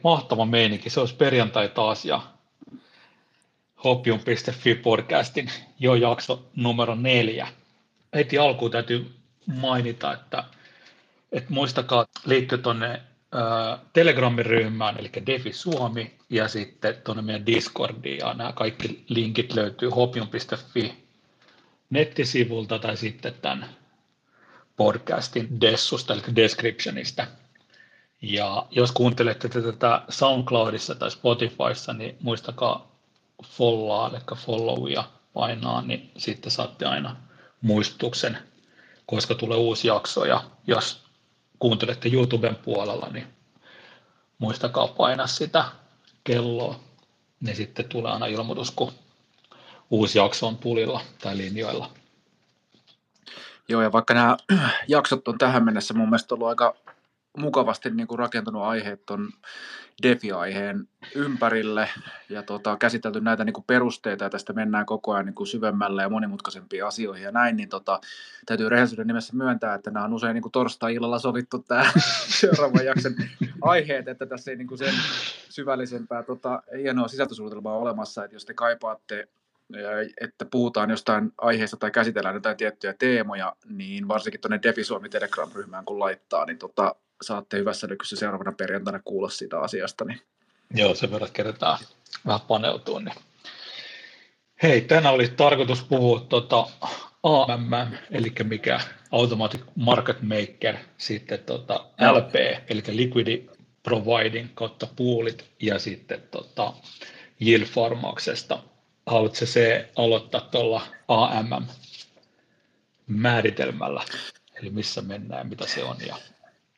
mahtava meininki. Se olisi perjantai taas ja Hopium.fi podcastin jo jakso numero 4. Heti alkuun täytyy mainita, että muistakaa liittyä tuonne Telegramin ryhmään, eli Defi Suomi, ja sitten tuonne meidän Discordiin, ja nämä kaikki linkit löytyy hopium.fi nettisivulta tai sitten tämän podcastin dessusta, eli descriptionista. Ja jos kuuntelette tätä SoundCloudissa tai Spotifyssa, niin muistakaa followia painaa, niin sitten saatte aina muistutuksen, koska tulee uusi jakso. Ja jos kuuntelette YouTuben puolella, niin muistakaa painaa sitä kelloa, niin sitten tulee aina ilmoitus, kun uusi jakso on tulilla tai linjoilla. Joo, ja vaikka nämä jaksot on tähän mennessä mun mielestä ollut aika mukavasti niin kuin rakentunut aiheet ton DeFi-aiheen ympärille ja käsitelty näitä niin kuin perusteita ja tästä mennään koko ajan niin kuin syvemmälle ja monimutkaisempiin asioihin ja näin, niin täytyy rehellisyyden nimessä myöntää, että nämä on usein niin kuin torstai-illalla sovittu tämä seuraavan jakson aiheet, että tässä ei niin kuin sen syvällisempää hienoa sisältösuunnitelmaa olemassa, että jos te kaipaatte että puhutaan jostain aiheesta tai käsitellään jotain tiettyjä teemoja, niin varsinkin tuonne Defi Suomi Telegram-ryhmään kun laittaa, niin saatte hyvässä lykyssä seuraavana perjantaina kuulla siitä asiasta. Niin. Joo, sen verran kerätään vähän paneutua. Niin. Hei, tänään oli tarkoitus puhua AMM, eli mikä Automatic Market Maker, sitten LP, eli Liquidity Providing kautta poolit, ja sitten Yield Farmauksesta. Haluatko se aloittaa tuolla AMM-määritelmällä, eli missä mennään ja mitä se on? Ja...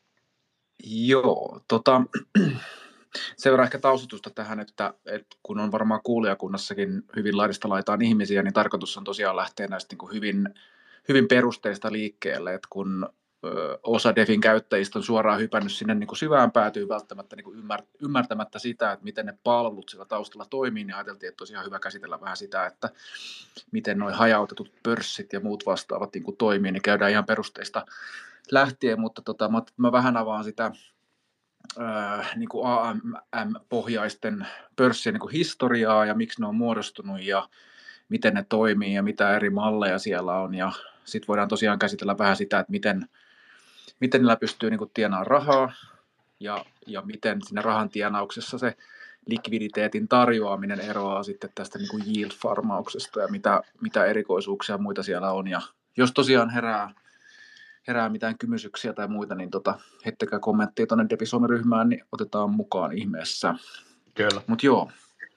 Joo, sen verran ehkä taustutusta tähän, että kun on varmaan kuulijakunnassakin hyvin laidasta laitaan ihmisiä, niin tarkoitus on tosiaan lähteä näistä niin kuin hyvin perusteista liikkeelle, että kun osa DeFin käyttäjistä on suoraan hypännyt sinne niin kuin syvään päätyyn välttämättä niin kuin ymmärtämättä sitä, että miten ne palvelut siellä taustalla toimii, niin ajateltiin, että olisi ihan hyvä käsitellä vähän sitä, että miten nuo hajautetut pörssit ja muut vastaavat niin kuin toimii, niin käydään ihan perusteista lähtien, mutta mä vähän avaan sitä niin kuin AMM-pohjaisten pörssien niin kuin historiaa ja miksi ne on muodostunut ja miten ne toimii ja mitä eri malleja siellä on ja sitten voidaan tosiaan käsitellä vähän sitä, että miten niillä pystyy niin kuin tienaamaan rahaa ja miten siinä rahan tienauksessa se likviditeetin tarjoaminen eroaa sitten tästä niin kuin yield-farmauksesta ja mitä erikoisuuksia ja muita siellä on. Ja jos tosiaan herää mitään kysymyksiä tai muita, niin heittäkää kommenttia tuonne Defi Suomi-ryhmään, niin otetaan mukaan ihmeessä. Kyllä. Mutta joo.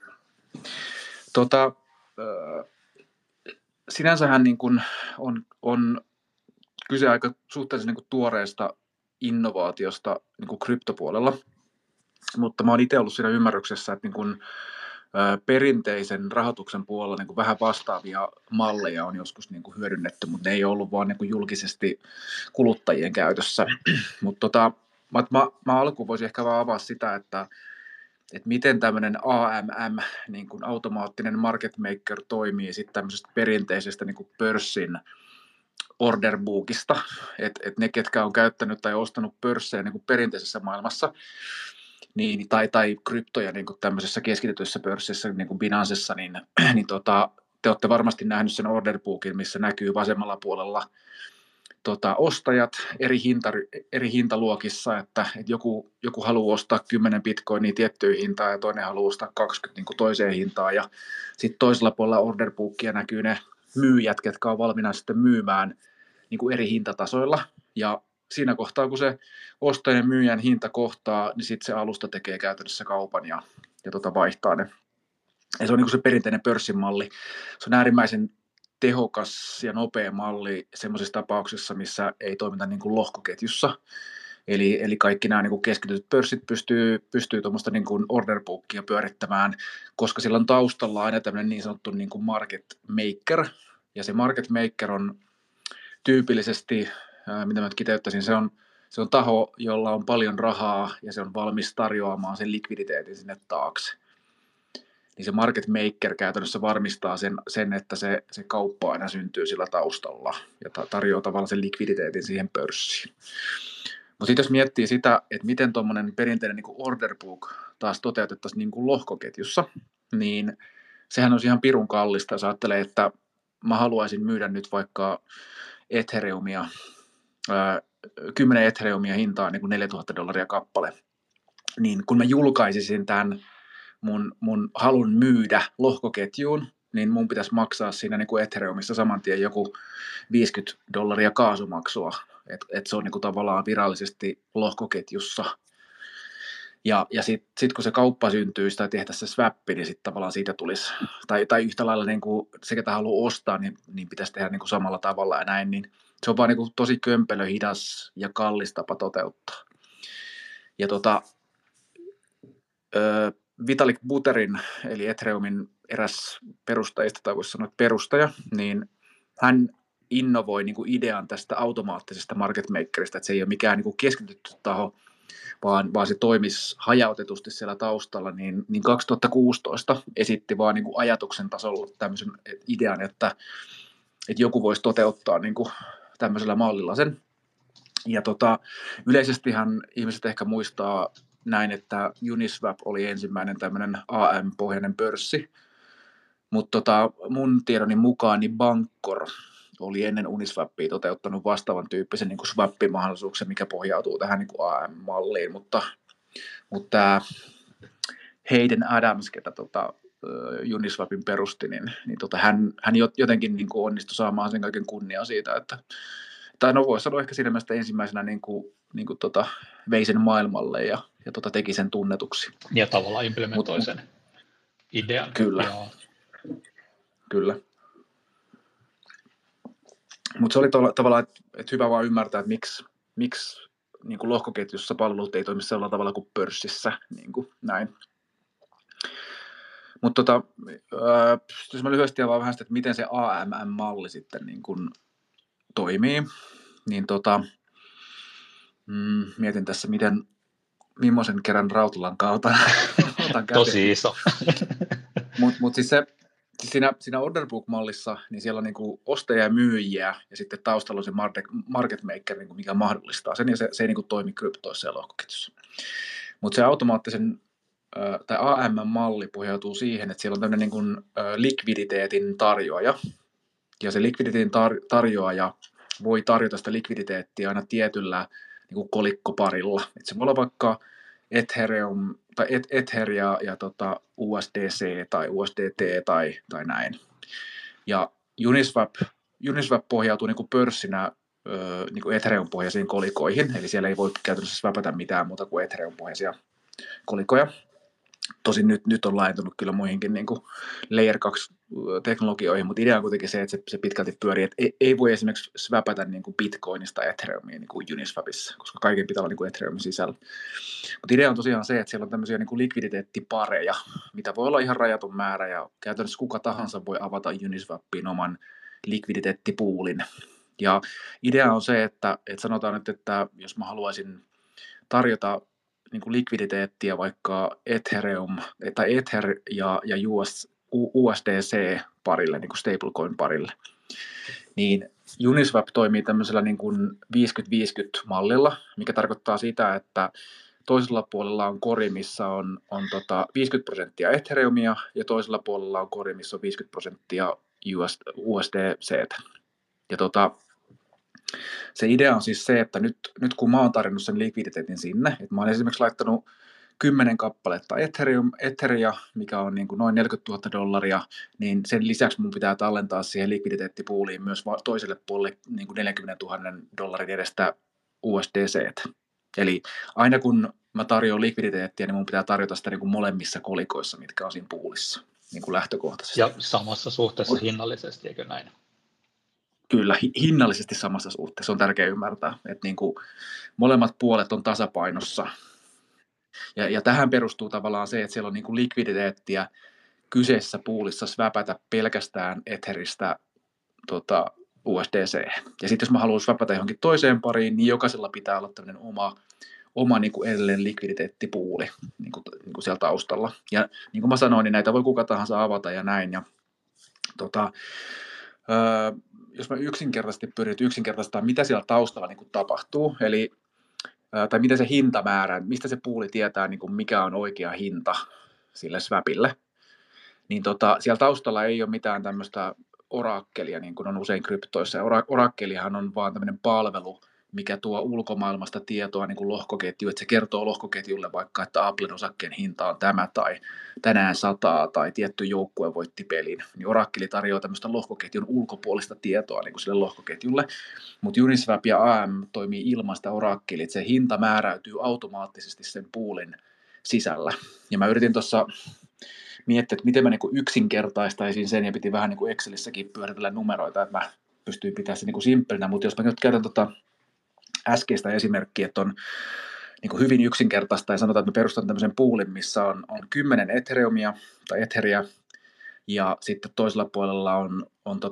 Sinänsähän niin kun on kyse aika suhteellisen niin kun tuoreesta innovaatiosta niin kun kryptopuolella, mutta mä oon itse ollut siinä ymmärryksessä, että niin kun, perinteisen rahoituksen puolella niin kun vähän vastaavia malleja on joskus niin kun hyödynnetty, mutta ne ei ollut vaan niin kun julkisesti kuluttajien käytössä. Mutta mä alkuun voisin ehkä vaan avaa sitä, että miten tämmöinen AMM, niin kuin automaattinen market maker, toimii sitten tämmöisestä perinteisestä niin kuin pörssin orderbookista, että ne, ketkä on käyttänyt tai ostanut pörssejä niin kuin perinteisessä maailmassa, niin, tai kryptoja niin kuin tämmöisessä keskitetyssä pörssissä, niin kuin Binancessa, niin te olette varmasti nähnyt sen orderbookin, missä näkyy vasemmalla puolella ostajat eri hintaluokissa, että joku haluaa ostaa 10 bitcoinia tiettyyn hintaan ja toinen haluaa ostaa 20 niin kuin toiseen hintaan ja sitten toisella puolella orderbookia näkyy ne myyjät, jotka on valmiina sitten myymään niin kuin eri hintatasoilla ja siinä kohtaa, kun se ostajan myyjän hinta kohtaa, niin sitten se alusta tekee käytännössä kaupan ja vaihtaa ne. Ja se on niin kuin se perinteinen pörssin malli. Se on äärimmäisen tehokas ja nopea malli semmoisessa tapauksessa, missä ei toimita niin kuin lohkoketjussa. Eli kaikki nämä niin kuin keskityt pörssit pystyy tuommoista niin kuin orderbookia pyörittämään, koska sillä on taustalla aina tämmöinen niin sanottu niin kuin market maker. Ja se market maker on tyypillisesti, mitä mä kiteyttäisin, se on taho, jolla on paljon rahaa ja se on valmis tarjoamaan sen likviditeetin sinne taakse. Niin se market maker käytännössä varmistaa sen että se kauppa aina syntyy sillä taustalla ja tarjoaa tavallaan sen likviditeetin siihen pörssiin. Mutta sitten jos miettii sitä, että miten tuommoinen perinteinen niin kuin order book taas toteutettaisiin niin kuin lohkoketjussa, niin sehän on ihan pirun kallista, jos ajattelee, että mä haluaisin myydä nyt vaikka Ethereumia, 10 Ethereumia hintaan niin kuin $4,000 kappale, niin kun mä julkaisisin tämän mun halun myydä lohkoketjuun, niin mun pitäisi maksaa siinä niin kuin Ethereumissa saman tien joku $50 kaasumaksua, että se on niin kuin tavallaan virallisesti lohkoketjussa. Ja sitten kun se kauppa syntyy tai tehtäisiin se swappi, niin sitten tavallaan siitä tulisi, tai yhtä lailla niin kuin se, ketä haluaa ostaa, niin pitäisi tehdä niin kuin samalla tavalla ja näin, niin se on vaan niin kuin tosi kömpelö, hidas ja kallis tapa toteuttaa. Ja Vitalik Buterin, eli Ethereumin eräs perustajista, tai voisi sanoa perustaja, niin hän innovoi niin kuin idean tästä automaattisesta market makerista, että se ei ole mikään niin kuin keskitytty taho, vaan se toimisi hajautetusti siellä taustalla, niin 2016 esitti vaan niin kuin ajatuksen tasolla tämmöisen idean, että joku voisi toteuttaa niin kuin tämmöisellä mallilla sen. Ja yleisestihan ihmiset ehkä muistaa näin, että Uniswap oli ensimmäinen tämmöinen AM-pohjainen pörssi, mutta mun tiedoni mukaan niin Bancor oli ennen Uniswapia toteuttanut vastaavan tyyppisen niin kuin swappimahdollisuuksen, mikä pohjautuu tähän niin kuin AM-malliin, mutta tämä Hayden Adams, ketä Uniswapin perusti, niin hän jotenkin niin kuin onnistui saamaan sen kaiken kunnian siitä, että tai no voisi sanoa ehkä siinä mielessä ensimmäisenä niin kuin vei sen maailmalle ja teki sen tunnetuksi. Ja tavallaan implementoi sen idean. Kyllä. Joo. Kyllä. Mutta se oli tavallaan, että hyvä vaan ymmärtää, että miksi niin kuin lohkoketjussa palvelut ei toimi sellaisella tavalla kuin pörssissä. Niin kuin näin. Mutta jos mä lyhyesti avaan vähän sitä, että miten se AMM-malli sitten niin kuin toimii, niin mietin tässä, millaisen kerran Rautalan kautta otan käteen. Tosi iso. Mutta siis siinä order book-mallissa, niin siellä on niinku ostajia ja myyjiä, ja sitten taustalla on se market maker, niinku, mikä mahdollistaa sen, ja se ei niinku toimi kryptoissa ja lohkoketjussa. Mutta se automaattisen, tai AMM-malli pohjautuu siihen, että siellä on tämmöinen niinku likviditeetin tarjoaja, ja se likviditeetin tarjoaja voi tarjota sitä likviditeettiä aina tietyllä niin kuin kolikkoparilla. Et se voi olla vaikka Ethereum tai Ether ja USDC tai USDT tai näin. Ja Uniswap pohjautuu niin kuin pörssinä niin kuin Ethereum-pohjaisiin kolikoihin, eli siellä ei voi käytännössä swapata mitään muuta kuin Ethereum-pohjaisia kolikoja. Tosin nyt on laajentunut kyllä muihinkin niin kuin Layer 2-teknologioihin, mutta idea on kuitenkin se, että se pitkälti pyörii, että ei voi esimerkiksi swapata niin kuin Bitcoinista Ethereumiin niin kuin Uniswapissa, koska kaiken pitää olla niin kuin Ethereumin sisällä. Mutta idea on tosiaan se, että siellä on tämmöisiä niin kuin likviditeettipareja, mitä voi olla ihan rajatun määrä, ja käytännössä kuka tahansa voi avata Uniswapiin oman likviditeettipuulin. Ja idea on se, että sanotaan nyt, että jos mä haluaisin tarjota niin kuin likviditeettiä vaikka Ethereum tai Ether ja USDC-parille, niin kuin stablecoin-parille, niin Uniswap toimii tämmöisellä niin kuin 50-50-mallilla, mikä tarkoittaa sitä, että toisella puolella on kori, missä on 50% Ethereumia, ja toisella puolella on kori, missä on 50% USDCtä. Ja se idea on siis se, että nyt kun mä oon tarjonnut sen likviditeetin sinne, että mä oon esimerkiksi laittanut 10 kappaletta Etheria, mikä on niin kuin noin $40,000, niin sen lisäksi mun pitää tallentaa siihen likviditeettipuuliin myös toiselle puolelle niin kuin $40,000 edestä USDCtä. Eli aina kun mä tarjoan likviditeettiä, niin mun pitää tarjota sitä niin kuin molemmissa kolikoissa, mitkä on siinä puulissa niin kuin lähtökohtaisesti. Ja samassa suhteessa hinnallisesti, eikö näin? Kyllä, hinnallisesti samassa suhteessa on tärkeää ymmärtää, että niin kuin molemmat puolet on tasapainossa. Ja tähän perustuu tavallaan se, että siellä on niin kuin likviditeettiä kyseisessä puulissa swapata pelkästään Etheristä USDC. Ja sitten jos mä haluan swapata johonkin toiseen pariin, niin jokaisella pitää olla tämmöinen oma niin kuin edelleen likviditeettipuuli niin kuin siellä taustalla. Ja niin kuin mä sanoin, niin näitä voi kuka tahansa avata ja näin. Ja jos mä yksinkertaisesti pyrin yksinkertaistamaan, mitä siellä taustalla niin kuin tapahtuu, eli tai miten se hinta määrää, mistä se puuli tietää, niin kuin mikä on oikea hinta sille swapille. Niin siellä taustalla ei ole mitään tämmöistä orakkelia, niin kuin on usein kryptoissa. Orakkelihan on vaan tämmöinen palvelu, mikä tuo ulkomaailmasta tietoa niin kuin lohkoketju, että se kertoo lohkoketjulle vaikka, että Applen osakkeen hinta on tämä tai tänään 100 tai tietty joukkue voitti pelin. Niin orakkeli tarjoaa tämmöistä lohkoketjun ulkopuolista tietoa niin kuin sille lohkoketjulle, mutta Uniswap ja AM toimii ilman sitä orakkelia, että se hinta määräytyy automaattisesti sen poolin sisällä. Ja mä yritin tuossa miettiä, että miten mä niin kuin yksinkertaistaisin sen, ja piti vähän niin kuin Excelissäkin pyöritellä numeroita, että mä pystyin pitämään sen niin kuin simppelinä, mutta jos mä nyt käytän äskeistä esimerkkiä, että on niin kuin hyvin yksinkertaista, ja sanotaan, että mä perustan tämmöisen poolin, missä on 10 Ethereumia tai Etheriä, ja sitten toisella puolella on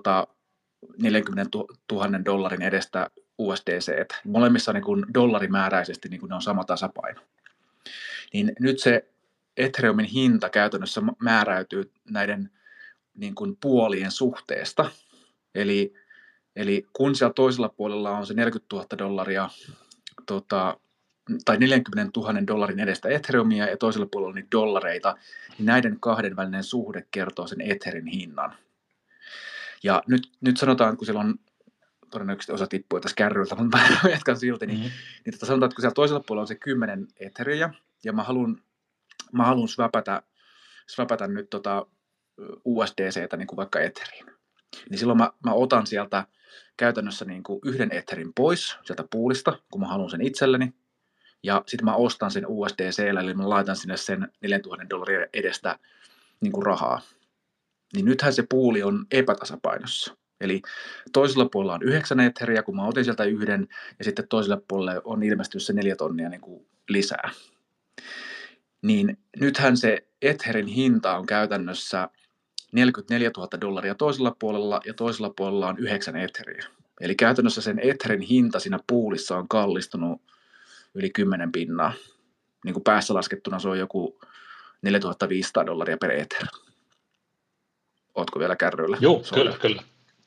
40 000 dollarin edestä USDC. Molemmissa niin kuin dollarimääräisesti niin kuin ne on sama tasapaino. Niin nyt se Ethereumin hinta käytännössä määräytyy näiden niin kuin puolien suhteesta. Eli kun siellä toisella puolella on se 40 000 dollaria tai 40 000 dollarin edestä Ethereumia ja toisella puolella on niitä dollareita, niin näiden kahden välinen suhde kertoo sen Etherin hinnan. Ja nyt sanotaan, kun siellä on todennäköisesti osa tippuu tässä kärryiltä, mutta mä jatkan silti, niin sanotaan, että kun siellä toisella puolella on se 10 Etheria, ja mä haluan swapata nyt USDCtä niin kuin vaikka Etheriin, niin silloin mä otan sieltä käytännössä niin kuin yhden Etherin pois sieltä poolista, kun mä haluan sen itselleni, ja sitten mä ostan sen USDC:llä, eli mä laitan sinne sen 4000 dollaria edestä niin kuin rahaa. Niin nythän se puuli on epätasapainossa. Eli toisella puolella on 9 Etheriä, kun mä otin sieltä yhden, ja sitten toisella puolella on ilmestynyt se 4 tonnia niin kuin lisää. Niin nythän se Etherin hinta on käytännössä 44 000 dollaria toisella puolella, ja toisella puolella on 9 Etheriä. Eli käytännössä sen Etherin hinta siinä poolissa on kallistunut yli 10 pinnaa. Niin kuin päässä laskettuna se on joku 4500 dollaria per Ether. Ootko vielä kärryillä? Joo, kyllä.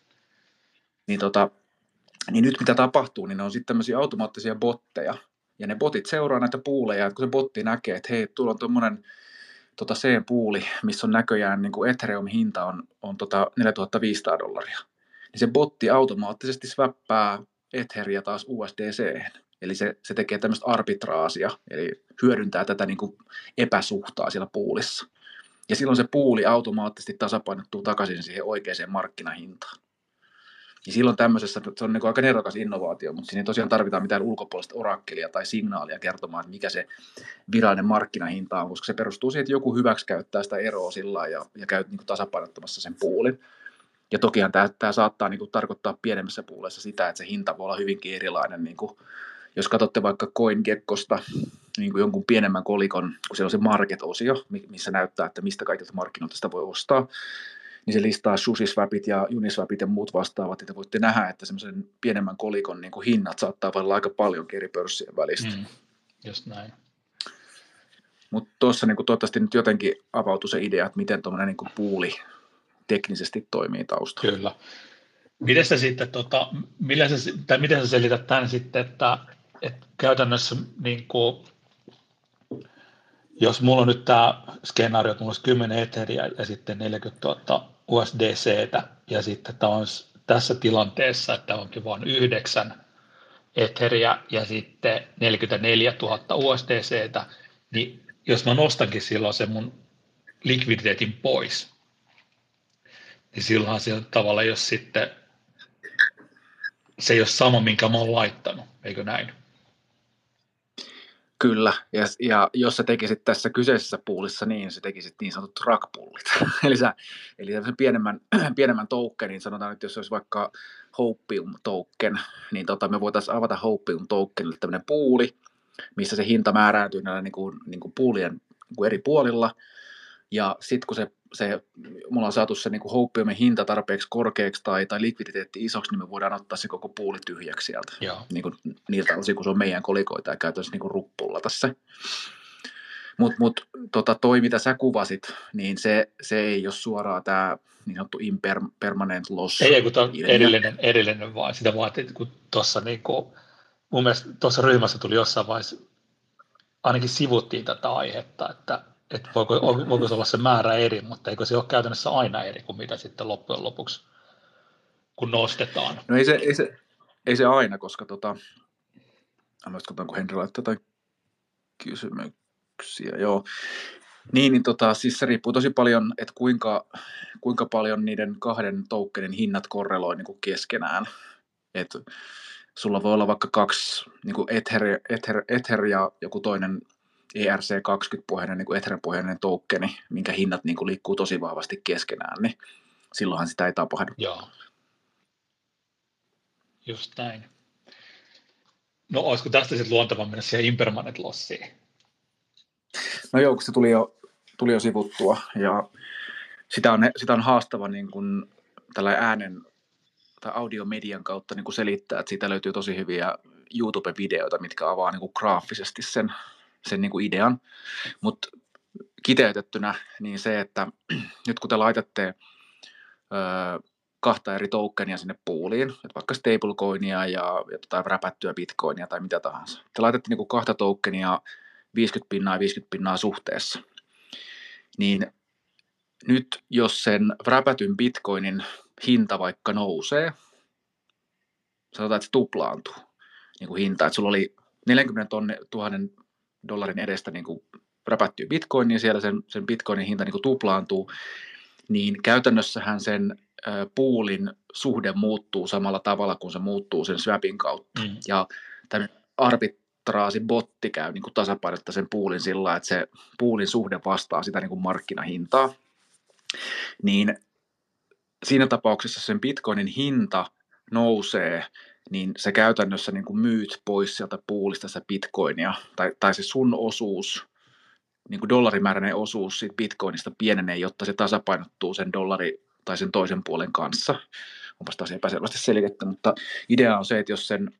Niin nyt mitä tapahtuu, niin ne on sitten tämmöisiä automaattisia botteja. Ja ne botit seuraa näitä puuleja, että kun se botti näkee, että hei, tuolla on tuommoinen C-puuli, missä on näköjään niin kuin Ethereum-hinta on 4500 dollaria. Niin se botti automaattisesti swappaa Etheria taas USDC:hen. Eli se tekee tämmöistä arbitraasia, eli hyödyntää tätä niin kuin epäsuhtaa siellä puulissa. Ja silloin se puuli automaattisesti tasapainottuu takaisin siihen oikeaan markkinahintaan. Ja silloin tämmöisessä, se on niin kuin aika nerokas innovaatio, mutta siinä ei tosiaan tarvitaan mitään ulkopuolista orakkelia tai signaalia kertomaan, että mikä se virallinen markkinahinta on, koska se perustuu siihen, että joku hyväksikäyttää sitä eroa sillä ja käy niin kuin tasapainottamassa sen puulin. Ja tokihan tämä saattaa niin kuin tarkoittaa pienemmissä puuleissa sitä, että se hinta voi olla hyvinkin erilainen. Niin kuin, jos katsotte vaikka CoinGeckosta niin kuin jonkun pienemmän kolikon, kun siellä on se market-osio, missä näyttää, että mistä kaikilta markkinoilta sitä voi ostaa, niin se listaa SushiSwapit ja Uniswapit ja muut vastaavat, että voitte nähdä, että semmoisen pienemmän kolikon niin kuin hinnat saattaa olla aika paljon eri pörssien välistä. Just näin. Mutta tuossa niin toivottavasti nyt jotenkin avautui se idea, että miten tuommoinen niin puuli teknisesti toimii taustalla. Kyllä. Miten sä sitten, miten sä selität tämän sitten, että käytännössä niin kuin, jos mulla on nyt tämä skenaario, että mulla olisi 10 Etheriä ja sitten 40 000 USDCtä, ja sitten tämä on tässä tilanteessa, että onkin vain 9 Etheriä ja sitten 44 000 USDCtä, niin jos mä nostankin silloin sen mun likviditeetin pois, niin silloinhan se tavallaan, jos sitten se ei ole sama, minkä mä oon laittanut, eikö näin? Kyllä, ja jos sä tekisit tässä kyseisessä poolissa niin, sä tekisit niin sanotut rug-pullit. eli tämmöisen pienemmän tokenin, sanotaan, että jos olisi vaikka Hopium token, niin me voitaisiin avata Hopium tokenille tämmöinen pooli, missä se hinta määräytyy näillä niin kuin poolien niin kuin eri puolilla, ja sitten kun mulla on saatu se niin kuin Hopiumin hinta tarpeeksi korkeaksi tai likviditeetti isoksi, niin me voidaan ottaa se koko puuli tyhjäksi sieltä. Niin kuin niiltä osin, kun se on meidän kolikoita ja käytännössä niin kuin ruppulla tässä. Mutta toi, mitä sä kuvasit, niin se ei ole suoraan tämä niin sanottu impermanent loss. Ei, kun tämä on edellinen vaan. Sitä vaan, että kun tuossa niin kuin mun mielestä tuossa ryhmässä tuli jossain vaiheessa, ainakin sivuttiin tätä aihetta, että voiko se olla se määrä eri, mutta eikö se ole käytännössä aina eri kuin mitä sitten loppujen lopuksi, kun nostetaan. No ei se aina, koska kun Henri laittaa jotain kysymyksiä, joo. Niin siis se riippuu tosi paljon, että kuinka paljon niiden kahden tokenin hinnat korreloi niin kuin keskenään. Et sulla voi olla vaikka kaksi niin kuin Ether ja joku toinen ERC20-pohjainen, niin kuin Ether-pohjainen tokeni, minkä hinnat niin kuin liikkuu tosi vahvasti keskenään, niin silloinhan sitä ei tapahdu. Joo. Just näin. No olisiko tästä sitten luonteva mennä siihen impermanent lossiin? No joo, kun se tuli jo sivuttua, ja sitä on haastava niin kuin tällainen äänen tai audiomedian kautta niin kuin selittää, että siitä löytyy tosi hyviä YouTube-videoita, mitkä avaa niin kuin graafisesti sen niin kuin idean, mutta kiteytettynä niin se, että nyt kun te laitatte kahta eri tokenia sinne pooliin, että vaikka stablecoinia ja räpättyä bitcoinia tai mitä tahansa, te laitatte niin kuin kahta tokenia 50% ja 50% suhteessa, niin nyt jos sen räpätyn bitcoinin hinta vaikka nousee, sanotaan, että se tuplaantuu niin kuin hinta, että sulla oli 40 000 dollarin edestä niin kuin räpättyä bitcoinia, siellä sen bitcoinin hinta niin kuin tuplaantuu, niin käytännössähän sen poolin suhde muuttuu samalla tavalla, kun se muuttuu sen swapin kautta. Ja tämän arbitraasibotti käy niin kuin tasapainottaa sen poolin sillä lailla, että se poolin suhde vastaa sitä niin kuin markkinahintaa. Niin siinä tapauksessa sen bitcoinin hinta nousee, niin se käytännössä niin kuin myyt pois sieltä poolista sitä bitcoinia, tai se sun osuus, niin kuin dollarimääräinen osuus siitä bitcoinista pienenee, jotta se tasapainottuu sen dollari tai sen toisen puolen kanssa. Onpas taas epäselvästi selitetty, mutta idea on se, että jos niin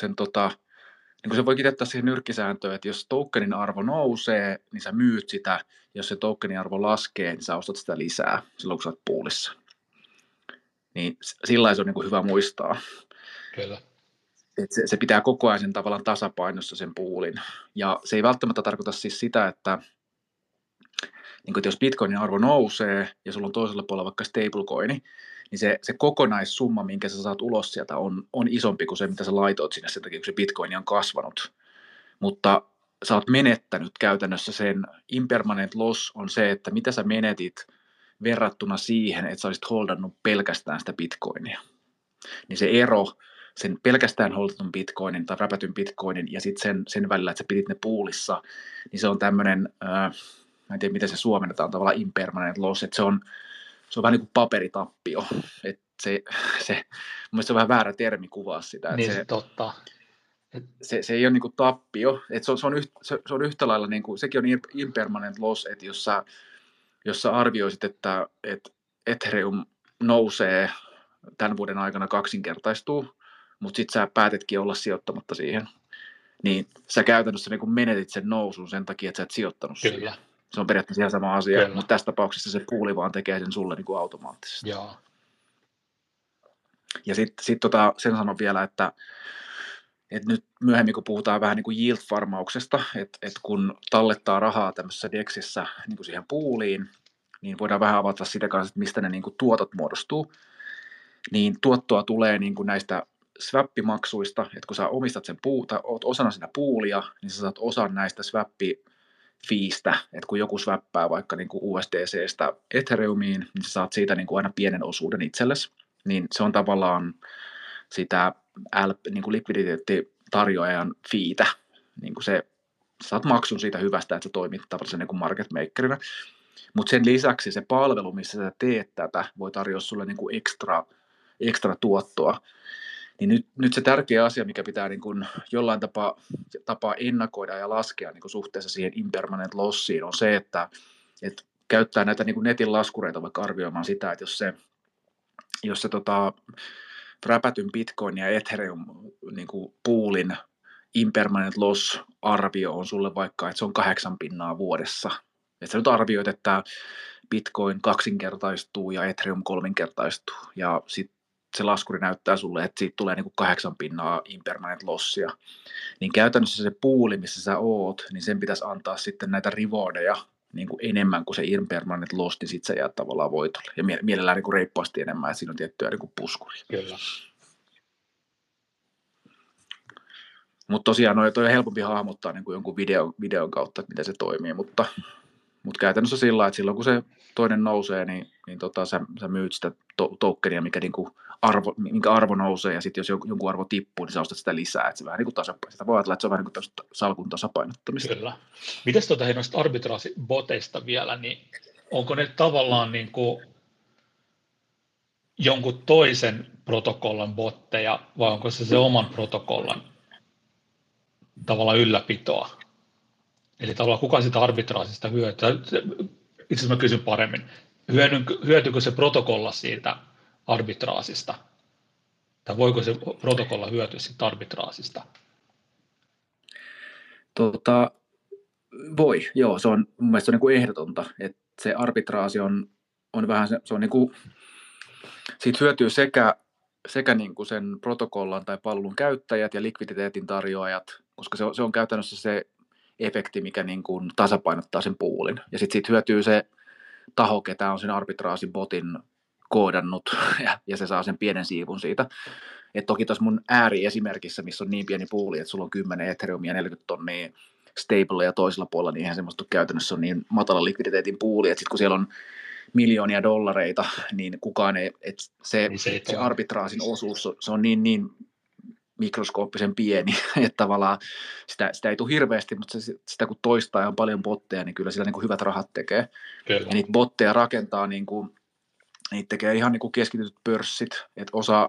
kuin se voi kiteyttää siihen nyrkkisääntöön, että jos tokenin arvo nousee, niin sä myyt sitä, jos se tokenin arvo laskee, niin sä ostat sitä lisää silloin, kun sä oot poolissa. Niin sillä se on niin kuin hyvä muistaa. Kyllä. Että se pitää koko ajan sen tavallaan tasapainossa sen poolin. Ja se ei välttämättä tarkoita siis sitä, että niin jos bitcoinin arvo nousee ja sulla on toisella puolella vaikka stablecoini, niin se kokonaissumma, minkä sä saat ulos sieltä, on isompi kuin se, mitä sä laitoit sinne sen takia, kun se bitcoin on kasvanut. Mutta sä oot menettänyt käytännössä sen impermanent loss on se, että mitä sä menetit verrattuna siihen, että sä olisit holdannut pelkästään sitä bitcoinia. Niin se ero sen pelkästään holdatun bitcoinin tai räpätyn bitcoinin ja sitten sen välillä, että sä pidit ne poolissa, niin se on tämmöinen, mä en tiedä miten se suomennetaan, tavallaan impermanent loss, että se on vähän niin kuin paperitappio, että se mun mielestä se on vähän väärä termi kuvaa sitä. Että niin se totta. Se ei ole niin kuin tappio, että se on yhtä lailla, niin kuin, sekin on impermanent loss, että jos sä arvioisit, että Ethereum nousee tämän vuoden aikana kaksinkertaistuu, mutta sitten sä päätetkin olla sijoittamatta siihen, niin sä käytännössä niin kuin menetit sen nousun sen takia, että sä et sijoittanut siihen. Se on periaatteessa ihan sama asia, mutta tässä tapauksessa se pooli vaan tekee sen sulle niin kuin automaattisesti. Joo. Ja sitten sen sanon vielä, että nyt myöhemmin kun puhutaan vähän niin kuin yield-farmauksesta, että kun tallettaa rahaa tämmöisessä DEXissä niin kuin siihen pooliin, niin voidaan vähän avata sitä kanssa, että mistä ne niin kuin tuotot muodostuu. Niin tuottoa tulee niin kuin näistä swappimaksuista, että kun sä omistat sen oot osana siinä poolia, niin sä saat osan näistä swappifiistä, että kun joku swappaa vaikka niin kuin USDCstä Ethereumiin, niin sä saat siitä niin kuin aina pienen osuuden itsellesi, niin se on tavallaan sitä niin kuin likviditeettitarjoajan fiitä, niin kuin sä saat maksun siitä hyvästä, että sä toimit tavallaan niin kuin market makerina, mutta sen lisäksi se palvelu, missä sä teet tätä, voi tarjota sulle niin kuin ekstra tuottoa. Niin nyt se tärkeä asia, mikä pitää niin kuin jollain tapaa ennakoida ja laskea niin kuin suhteessa siihen impermanent lossiin, on se, että käyttää näitä niin kuin netin laskureita vaikka arvioimaan sitä, että jos se räpätyn Bitcoin ja Ethereum niin kuin poolin impermanent loss-arvio on sulle vaikka, että se on 8% vuodessa. Että sä nyt arvioit, että Bitcoin kaksinkertaistuu ja Ethereum kolminkertaistuu. Ja sitten se laskuri näyttää sulle, että siitä tulee niin kuin 8 pinnaa impermanent lossia, niin käytännössä se puuli, missä sä oot, niin sen pitäisi antaa sitten näitä rewardeja niin kuin enemmän kuin se impermanent loss, niin sitten sä jäät tavallaan voitolle. Ja mielellään niin kuin reippaasti enemmän, että siinä on tiettyä niin kuin puskuria. Kyllä. Mutta tosiaan toi on helpompi hahmottaa niin kuin jonkun videon kautta, että miten se toimii, mutta käytännössä sillä lailla, että silloin kun se toinen nousee, niin sä myyt sitä tokenia, minkä arvo nousee, ja sitten jos jonkun arvo tippuu, niin sä ostat sitä lisää, että se vähän niin kuin tasapainottaa. Sitä voi ajatella, että se on vähän niin kuin salkun tasapainottamista. Kyllä. Mites noista arbitraasiboteista vielä, niin onko ne tavallaan niin kuin jonkun toisen protokollan botteja, vai onko se oman protokollan tavallaan ylläpitoa? Eli tavallaan kuka sitä arbitraasista hyötyy? Itse asiassa mä kysyn paremmin. Hyötyykö se protokolla siitä arbitraasista? Tai voiko se protokolla hyötyä siitä arbitraasista? Voi, joo. Se on mun mielestä se on niin kuin ehdotonta, että se arbitraasi on vähän se on niin kuin, siitä hyötyy sekä niin kuin sen protokollan tai palvelun käyttäjät ja likviditeetin tarjoajat, koska se on käytännössä se efekti, mikä niin kuin tasapainottaa sen puulin. Ja sitten siitä hyötyy se taho, ketä on sen arbitraasin botin koodannut, ja se saa sen pienen siivun siitä. Et toki tuossa mun ääriesimerkissä, missä on niin pieni puuli, että sulla on 10 Ethereumia, 40 tonnia stable ja toisella puolella, niin eihän semmoista käytännössä on niin matala likviditeetin puuli, että sitten kun siellä on miljoonia dollareita, niin kukaan ei, että se arbitraasin osuus, se on niin mikroskooppisen pieni, että tavallaan sitä ei tule hirveästi, mutta sitä kun toistaa ja on paljon botteja, niin kyllä sillä niin kuin hyvät rahat tekee. Kyllä. Ja niitä botteja rakentaa, niin kuin, niitä tekee ihan niin kuin keskitytyt pörssit, että osa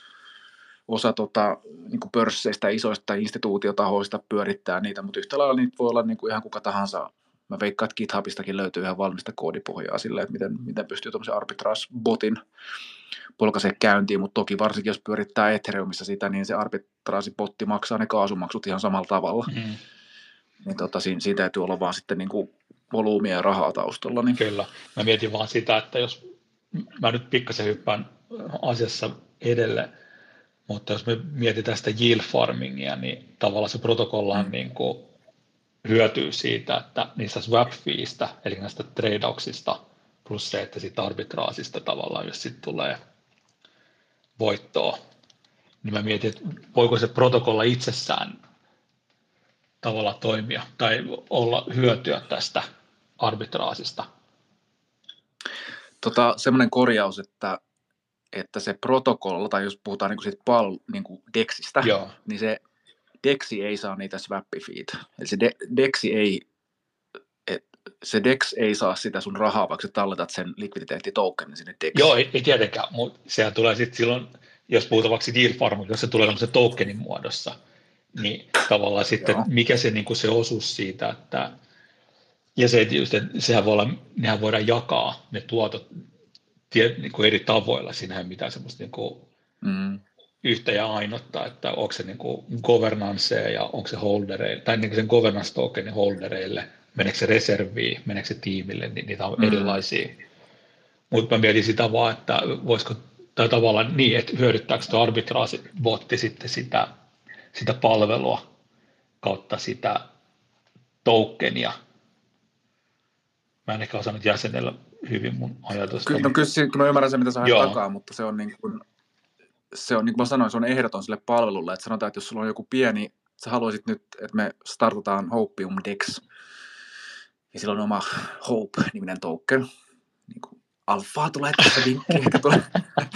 niin kuin pörsseistä, isoista instituutiotahoista pyörittää niitä, mutta yhtä lailla niitä voi olla niin kuin ihan kuka tahansa. Mä veikkaan, että GitHubistakin löytyy ihan valmista koodipohjaa silleen, että miten pystyy tuommoisen arbitrage-botin polkaiseen käyntiin, mutta toki varsinkin jos pyörittää Ethereumissa sitä, niin se arbitraasibotti maksaa ne kaasumaksut ihan samalla tavalla. Mm. Niin siitä täytyy olla vaan sitten niin kuin volyymia ja rahaa taustalla. Niin. Kyllä. Mä mietin vaan sitä, että jos mä nyt pikkasen hyppään asiassa edelle, mutta jos me mietitään sitä yield farmingia, niin tavallaan se protokollahan niin kuin hyötyy siitä, että niistä swap-feeistä, eli näistä tradeuksista, plus se, että siitä arbitraasista tavallaan, jos sitten tulee voittoa, niin mä mietin, että voiko se protokolla itsessään tavallaan toimia tai olla hyötyä tästä arbitraasista. Semmoinen korjaus, että se protokolla, tai jos puhutaan niin kuin siitä niin DEXistä, joo, niin se DEXi ei saa niitä swap-feitä. Eli se DEX ei saa sitä sun rahaa, vaikka sä talletat sen likviditeettitokenin sinne DEXiin. Joo, ei tietenkään, mutta sehän tulee sitten silloin, jos puhutaan vaikka yield farming, jos se tulee tämmöisen tokenin muodossa, niin tavallaan sitten, mikä se, niin kuin se osuus siitä, että ja se, sehän voi olla, nehän voidaan jakaa ne tuotot niin kuin eri tavoilla, siinähän ei mitään semmoista niin kuin yhtä ja ainotta, että onko se niin kuin governancea ja onko se holdereille, tai niin kuin sen governance tokenin holdereille, meneekö se reserviin, meneekö se tiimille, niin niitä on erilaisia. Mutta mä mietin sitä vaan, että voisiko, tai tavallaan niin, että hyödyttääkö tuo arbitraasibotti sitten sitä palvelua kautta sitä tokenia. Mä en ehkä osannut jäsenellä hyvin mun ajatusta. Kyllä mä ymmärrän sen, mitä sä haet takaa, mutta se on niin kuin mä sanoin, se on ehdoton sille palvelulle, että sanotaan, että jos sulla on joku pieni, sä haluaisit nyt, että me startataan Hopium DEX, ja sillä on oma Hope-niminen token, niin kuin alfaa tulee tässä vinkki, ehkä tulee,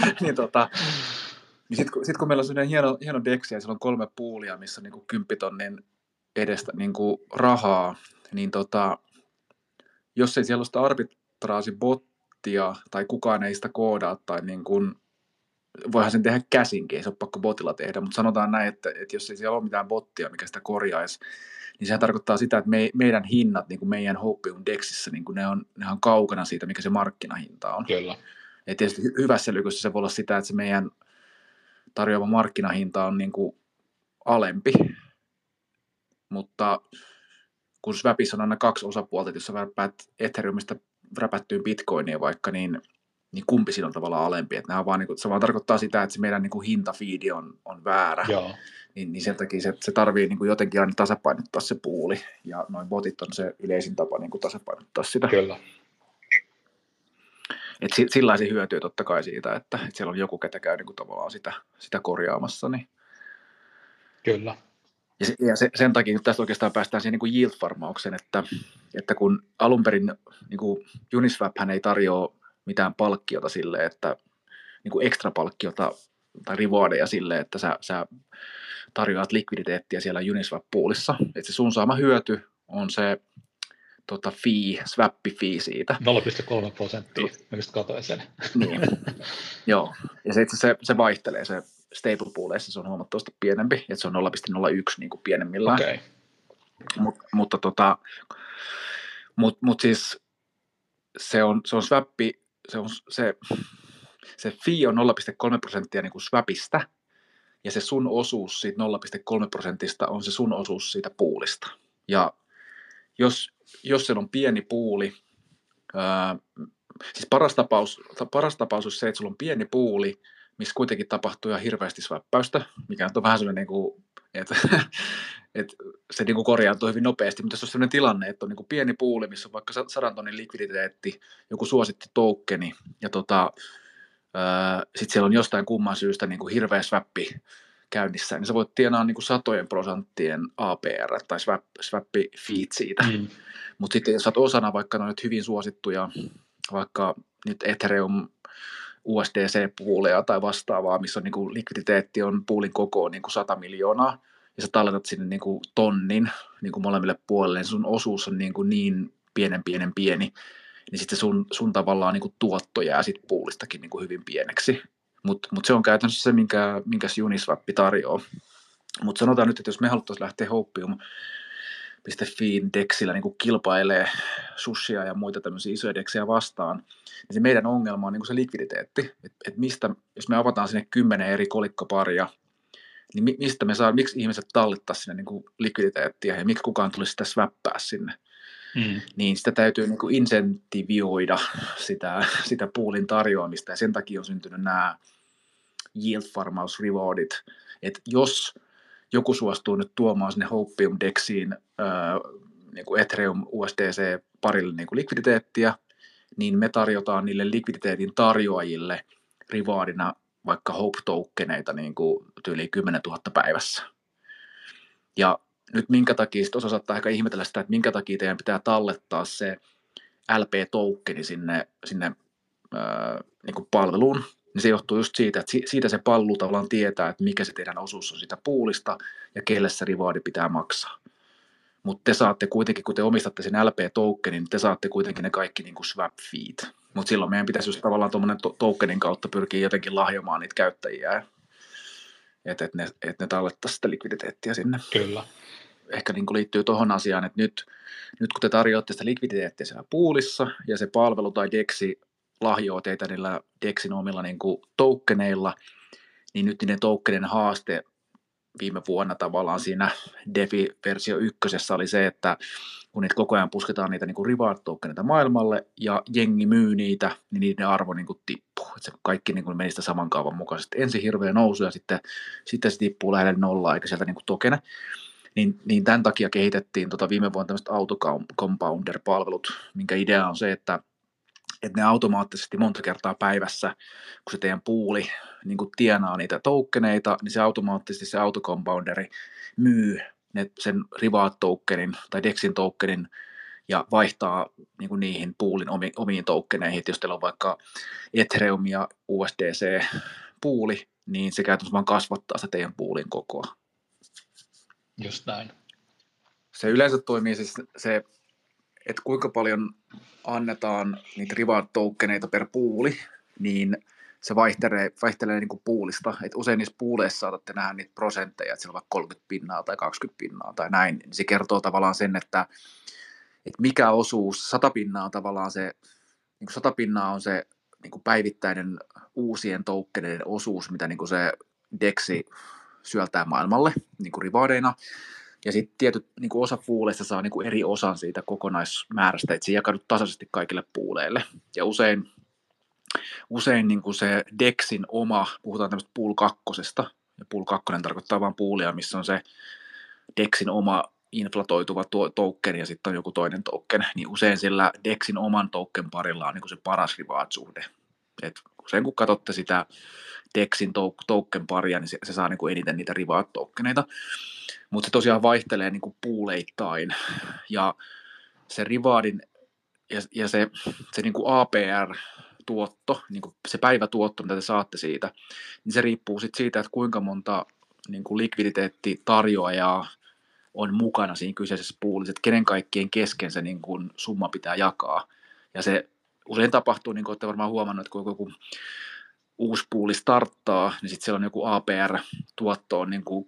niin sit kun meillä on sellainen hieno DEX, ja sillä on 3 poolia, missä on niin kuin 10 tonnin edestä niin kuin rahaa, niin jos ei siellä ole sitä arbitraasibottia, tai kukaan ei sitä koodaa, tai niin kuin voihan sen tehdä käsinkin, ei se ole pakko botilla tehdä, mutta sanotaan näin, että jos ei siellä ole mitään bottia, mikä sitä korjaisi, niin sehän tarkoittaa sitä, että meidän hinnat, niin kuin meidän Hopium DEXissä, niin kuin ne on kaukana siitä, mikä se markkinahinta on. Kyllä. Ja tietysti hyvässä lykyssä se voi olla sitä, että se meidän tarjoama markkinahinta on niin kuin alempi, mutta kun Swapissa on aina 2 osapuolta, että jos sä räpäät Ethereumista räpättyyn Bitcoiniin vaikka, niin niin kumpi siinä on tavallaan alempi. Että nämä on vaan, niin kuin, se vaan tarkoittaa sitä, että se meidän niin kuin hintafiidi on väärä. Joo. Niin sen takia se tarvii niin kuin jotenkin aina tasapainottaa se puuli, ja noin botit on se yleisin tapa niin kuin tasapainottaa sitä. Kyllä. Et sillä se hyötyy totta kai siitä, että siellä on joku, ketä käy niin kuin tavallaan sitä korjaamassa. Niin. Kyllä. Ja sen takia tästä oikeastaan päästään siihen niin kuin yield-farmaukseen, että kun alun perin niin kuin Uniswaphän ei tarjoa mitään palkkiota sille, että niin kuin ekstra palkkiota tai rewardeja sille, että sä tarjoat likviditeettiä siellä Uniswap-poolissa. Että se sun saama hyöty on se swappi-fee siitä. 0,3%, mä just katsoin sen. Niin, joo. Ja se vaihtelee, se stable pooleissa se on huomattavasti pienempi, että se on 0,01 niin kuin pienemmillään. Okay. Mutta siis se on swappi, se fee on 0,3% niin kuin swapista, ja se sun osuus siitä 0,3% on se sun osuus siitä poolista. Ja jos siellä on pieni puuli, siis paras tapaus on se, että sulla on pieni puuli, missä kuitenkin tapahtuu ihan hirveästi swappäystä, mikä on vähän sellainen, että se niin kuin korjaantuu hyvin nopeasti, mutta jos on sellainen tilanne, että on niin kuin pieni puuli, missä on vaikka 100 tonnin likviditeetti, joku suosittu tokeni, ja sitten siellä on jostain kumman syystä niin kuin hirveä swappi käynnissä, niin sä voit tienaa niin kuin satojen prosenttien APR tai swappi feed siitä. Mutta sitten jos olet osana vaikka noita hyvin suosittuja, vaikka nyt Ethereum, USDC-puuleja tai vastaavaa, missä on niin kuin likviditeetti on puulin koko niin kuin 100 miljoonaa, ja sä talletat sinne niin kuin tonnin niin kuin molemmille puolelle, niin sun osuus on niin pieni, niin sitten sun tavallaan niin kuin tuotto jää sit puulistakin niin kuin hyvin pieneksi. Mut se on käytännössä se, minkä Uniswap tarjoaa. Mutta sanotaan nyt, että jos me haluttaisiin lähteä Hopium.fiin Dexillä niin kuin kilpailee sushia ja muita tämmöisiä isoja Dexejä vastaan, niin se meidän ongelma on niin kuin se likviditeetti. Et mistä, jos me avataan sinne 10 eri kolikkoparia, niin miksi ihmiset tallittaa sinne niin kuin likviditeettiä ja miksi kukaan tulisi sitä swappaa sinne? Niin sitä täytyy niin kuin insentivioida sitä poolin tarjoamista, ja sen takia on syntynyt nämä yield-farmaus-rewardit, että jos joku suostuu nyt tuomaan sinne Hopium-dexiin niin kuin Ethereum USDC-parille niin kuin likviditeettiä, niin me tarjotaan niille likviditeetin tarjoajille rewardina vaikka Hope-tokeneita niin kuin tyyliin 10 000 päivässä. Ja nyt minkä takia, sitten osa saattaa ehkä ihmetellä sitä, että minkä takia teidän pitää tallettaa se LP-tokeni sinne niin kuin palveluun, niin se johtuu just siitä, että siitä se palvelu tavallaan tietää, että mikä se teidän osuus on sitä poolista ja kelle se rewardi pitää maksaa. Mutta te saatte kuitenkin, kun te omistatte sen LP-tokenin, niin te saatte kuitenkin ne kaikki niin kuin swap feet. Mutta silloin meidän pitäisi just tavallaan tuommoinen tokenin kautta pyrkiä jotenkin lahjomaan niitä käyttäjiä, että ne tallettaisiin sitä likviditeettiä sinne. Kyllä. Ehkä niin kuin liittyy tuohon asiaan, että nyt kun te tarjoatte sitä likviditeettiä siellä poolissa ja se palvelu tai Dexi lahjoaa teitä niillä Dexin omilla niin kuin tokeneilla, niin nyt niiden tokenien haaste viime vuonna tavallaan siinä DeFi-versio 1 oli se, että kun niitä koko ajan pusketaan niitä niin kuin reward-tokeneita maailmalle ja jengi myy niitä, niin niiden arvo niin kuin tippuu. Että se kaikki niin kuin meni sitä saman kaavan mukaisesti. Ensin hirveä nousu ja sitten se tippuu lähelle nollaa eikä sieltä niin kuin tokene. Niin tämän takia kehitettiin viime vuonna tämmöiset autocompounder-palvelut, minkä idea on se, että ne automaattisesti monta kertaa päivässä, kun se teidän puuli niin kun tienaa niitä tokeneita, niin se automaattisesti se autocompounderi myy sen reward-tokenin tai Dexin tokenin ja vaihtaa niin kuin niihin poolin omiin tokeneihin. Jos teillä on vaikka Ethereum ja USDC-puuli, niin se käytännössä vaan kasvattaa sitä teidän poolin kokoa. Just näin. Se yleensä toimii siis se, että kuinka paljon annetaan niitä reward-tokeneita per puuli, niin se vaihtelee niin kuin puulista. Et usein niissä puuleissa saatatte nähdä niitä prosentteja, että siellä on vaikka 30% tai 20% tai näin. Se kertoo tavallaan sen, että mikä osuus, 100% on tavallaan se, niin kuin 100% on se niin kuin päivittäinen uusien tokeneiden osuus, mitä niin kuin se Dexi syöltää maailmalle niin kuin rewardeina. Ja sitten tietyt niin kuin osa puuleista saa niin kuin eri osan siitä kokonaismäärästä, että se jakautuu tasaisesti kaikille puuleille. Ja usein usein niin kuin se DEXin oma, puhutaan tämmöistä pool 2, ja pool 2 tarkoittaa vain poolia, missä on se DEXin oma inflatoituva token ja sitten on joku toinen token, niin usein sillä DEXin oman token parilla on niin kuin se paras reward-suhde. Et usein kun katsotte sitä DEXin token paria, niin se saa niin kuin eniten niitä reward-tokeneita, mutta se tosiaan vaihtelee niin kuin pooleittain, ja se rewardin ja se niin kuin APR-tuotto, niin kuin se päivätuotto, mitä te saatte siitä, niin se riippuu sit siitä, että kuinka monta niin kuin likviditeettitarjoajaa on mukana siinä kyseisessä poolissa, että kenen kaikkien kesken se niin kuin summa pitää jakaa. Ja se usein tapahtuu, niin kuin olette varmaan huomannut, että kun joku uusi pooli starttaa, niin sitten siellä on joku APR-tuotto on niin kuin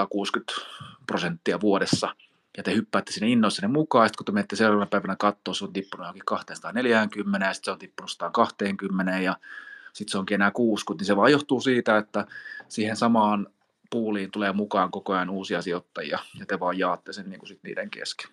360% vuodessa, ja te hyppäätte sinne innoissanne mukaan, ja sitten kun te menette seuraavana päivänä katsoa, se on tippunut johonkin 240, ja sitten se on tippunut 120, ja sitten se onkin enää 60, niin se vaan johtuu siitä, että siihen samaan pooliin tulee mukaan koko ajan uusia sijoittajia, ja te vaan jaatte sen niin kuin sit niiden kesken.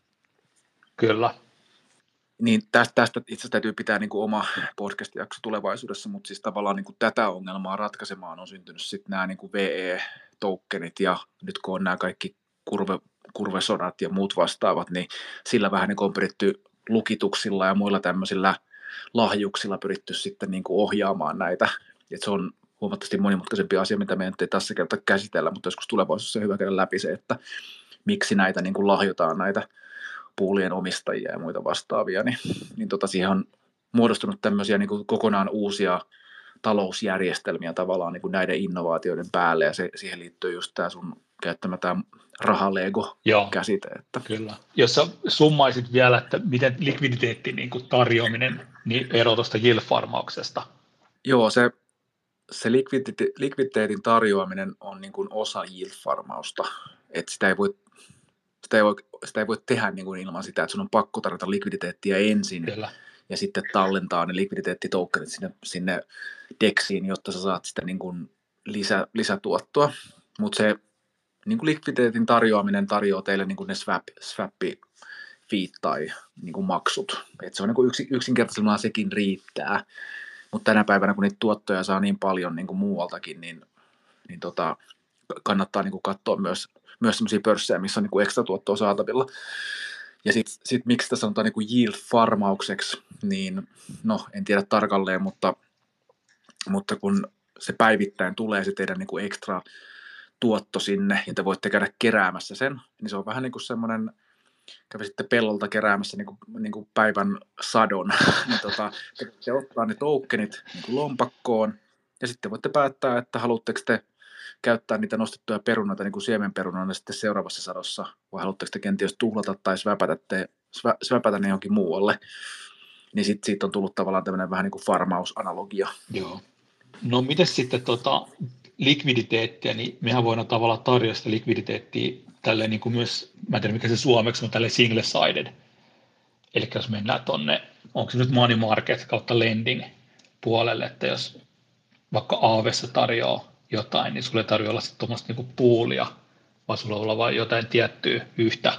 Kyllä. Niin tästä itse asiassa täytyy pitää niin kuin oma podcast-jakso tulevaisuudessa, mutta siis tavallaan niin kuin tätä ongelmaa ratkaisemaan on syntynyt sitten nämä niin kuin VE-tokenit, ja nyt kun on nämä kaikki kurvesodat ja muut vastaavat, niin sillä vähän niin kuin on pyritty lukituksilla ja muilla tämmöisillä lahjuksilla pyritty sitten niin kuin ohjaamaan näitä, että se on huomattavasti monimutkaisempi asia, mitä meidän ei tässä kertaa käsitellä, mutta joskus tulevaisuudessa on hyvä käydä läpi se, että miksi näitä niin kuin lahjotaan näitä poolien omistajia ja muita vastaavia, niin siihen on muodostunut tämmöisiä niin kuin kokonaan uusia talousjärjestelmiä tavallaan niin kuin näiden innovaatioiden päälle, ja siihen liittyy just tämä sun käyttämä tämä rahalego-käsite. Että. Kyllä. Jos sä summaisit vielä, että miten likviditeetti niin kuin tarjoaminen niin ero tuosta yield-farmauksesta? Joo, se likviditeetin tarjoaminen on niin kuin osa yield-farmausta, että sitä ei voi tehdä niin kuin ilman sitä, että sun on pakko tarjota likviditeettiä ensin. Kyllä. Ja sitten tallentaa ne likviditeettitokenit sinne DEXiin, jotta sä saat sitä niin kuin lisätuottoa. Mutta se niin kuin likviditeetin tarjoaminen tarjoaa teille niin kuin ne swap-feet tai niin kuin maksut. Et se on niin kuin yksinkertaisella sekin riittää. Mutta tänä päivänä, kun niitä tuottoja saa niin paljon niin kuin muualtakin, niin kannattaa niin kuin katsoa myös sellaisia pörssejä, missä on niin kuin ekstra tuottoa saatavilla. Ja sitten miksi sitä sanotaan niin kuin yield-farmaukseksi, niin no en tiedä tarkalleen, mutta kun se päivittäin tulee se teidän niin kuin ekstra tuotto sinne, ja te voitte käydä keräämässä sen, niin se on vähän niin kuin semmoinen, kävisitte pellolta keräämässä niin kuin päivän sadon, niin te ottaa ne tokenit niin kuin lompakkoon, ja sitten voitte päättää, että haluatteko te käyttää niitä nostettuja perunoita niin kuin siemenperunana sitten seuraavassa sadossa, vai haluatteko te kenties tuhlata tai sväpätä ne johonkin muualle, niin sitten siitä on tullut tavallaan tämmöinen vähän niin kuin farmausanalogia. Joo. No miten sitten likviditeettiä, niin mehän voidaan tavallaan tarjota sitä likviditeettiä tälleen niin kuin myös, mä en tiedä mikä se suomeksi on, tälleen single-sided. Eli jos mennään tuonne, onko se nyt money market kautta lending puolelle, että jos vaikka Aavessa tarjoaa jotain, niin sulle ei tarvitse olla sitten tuommoista niinku poolia, vaan sulla olla vain jotain tiettyä yhtä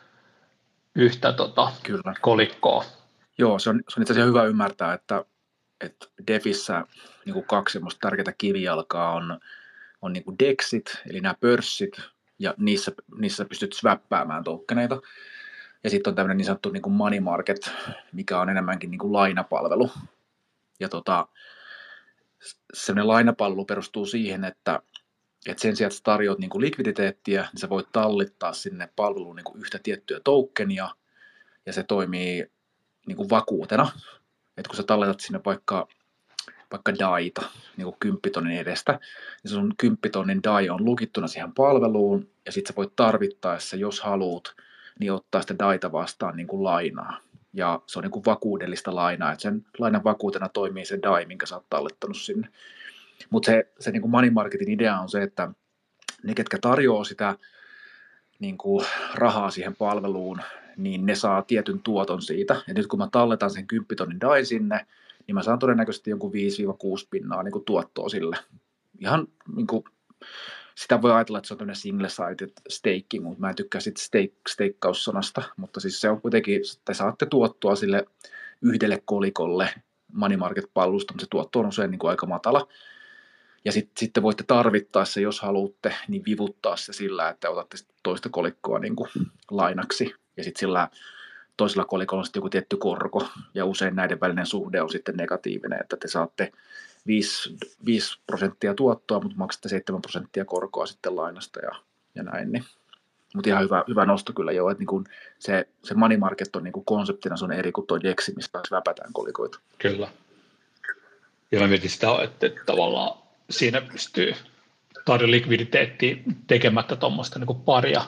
Kyllä. kolikkoa. Joo, se on itse asiassa hyvä ymmärtää, että DeFissä niin kuin 2 semmoista tärkeää kivijalkaa on niin kuin DEXit, eli nämä pörssit, ja niissä pystyt swappaamaan tokeneita. Ja sitten on tämmöinen niin sanottu niin kuin money market, mikä on enemmänkin niin kuin lainapalvelu. Ja semmoinen lainapalvelu perustuu siihen, että sen sijaan, että sä tarjoat niin kuin likviditeettiä, niin sä voit tallittaa sinne palveluun niin kuin yhtä tiettyä tokenia, ja se toimii niin kuin vakuutena. Että kun sä talletat sinne vaikka DAIta niin kuin 10 tonnin edestä, niin sun 10 tonnin DAI on lukittuna siihen palveluun, ja sitten sä voit tarvittaessa, jos haluat, niin ottaa sitä DAIta vastaan niin kuin lainaa. Ja se on niin kuin vakuudellista lainaa, että sen lainan vakuutena toimii se DAI, minkä sä oot tallettanut sinne. Mutta se niin kuin money marketin idea on se, että ne, ketkä tarjoaa sitä niin kuin rahaa siihen palveluun, niin ne saa tietyn tuoton siitä. Ja nyt kun mä talletan sen 10 tonnin DAI sinne, niin mä saan todennäköisesti jonkun 5-6 pinnaa niin kuin tuottoa sille. Ihan niin kuin, sitä voi ajatella, että se on tämmöinen single-sided staking, mutta mä en tykkää sitten steikkaussanasta, mutta siis se on kuitenkin, te saatte tuottoa sille yhdelle kolikolle money market-palvelusta, mutta se tuotto on usein niin kuin aika matala. Ja sitten voitte tarvittaessa, jos haluatte, niin vivuttaa se sillä, että otatte toista kolikkoa niin kuin lainaksi. Ja sitten sillä toisella kolikolla on sitten joku tietty korko, ja usein näiden välinen suhde on sitten negatiivinen, että te saatte 5% tuottoa, mutta maksatte 7% korkoa sitten lainasta ja näin. Niin. Mutta ihan hyvä nosto kyllä jo, että niin se money market on niin konseptina, se on eri kuin tuo Dexi, mistä väpätään kolikoita. Kyllä. Ja mä mietin sitä, että tavallaan siinä pystyy tarjoamaan likviditeettiä tekemättä tuommoista niin paria,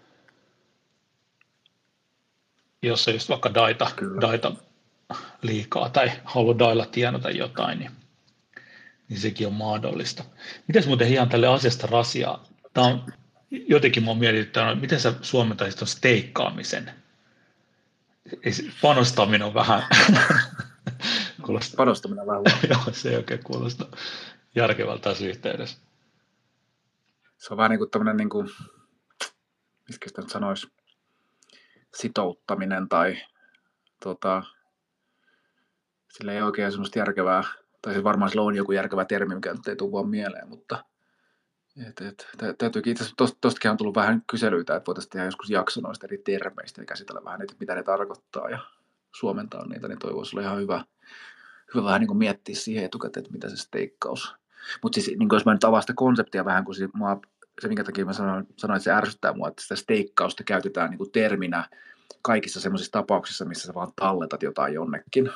jos on just vaikka daita liikaa tai haluaa dailla tienata jotain, niin sekin on mahdollista. Mitäs muuten ihan tälle asiasta Rasia? Tämä on jotenkin minua mietityttänyt, miten sä suomentaisit tuon steikkaamisen? Panostaminen on vähän... Panostaminen on vähän Joo, se ei oikein kuulosta järkevältä tässä yhteydessä. Se on vähän niin kuin tämmöinen, niin kuin, mitkä sitä nyt sanoisi, sitouttaminen tai sillä ei oikein semmoista järkevää, tai siis varmaan sillä on joku järkevä termi, mikä nyt ei tule vaan mieleen, mutta täytyykin itse asiassa tostakin on tullut vähän kyselyitä, että voitaisiin tehdä joskus jakso noista eri termeistä ja käsitellä vähän niitä, mitä ne tarkoittaa ja suomentaa niitä, niin toi voisi olla ihan hyvä vähän niin kuin miettiä siihen etukäteen, että mitä se steikkaus. Mutta siis niin jos mä nyt avaan sitä konseptia vähän, kun se minkä takia mä sanoin, että se ärsyttää mua, että sitä steikkausta käytetään niin kuin terminä kaikissa semmoisissa tapauksissa, missä sä vaan talletat jotain jonnekin.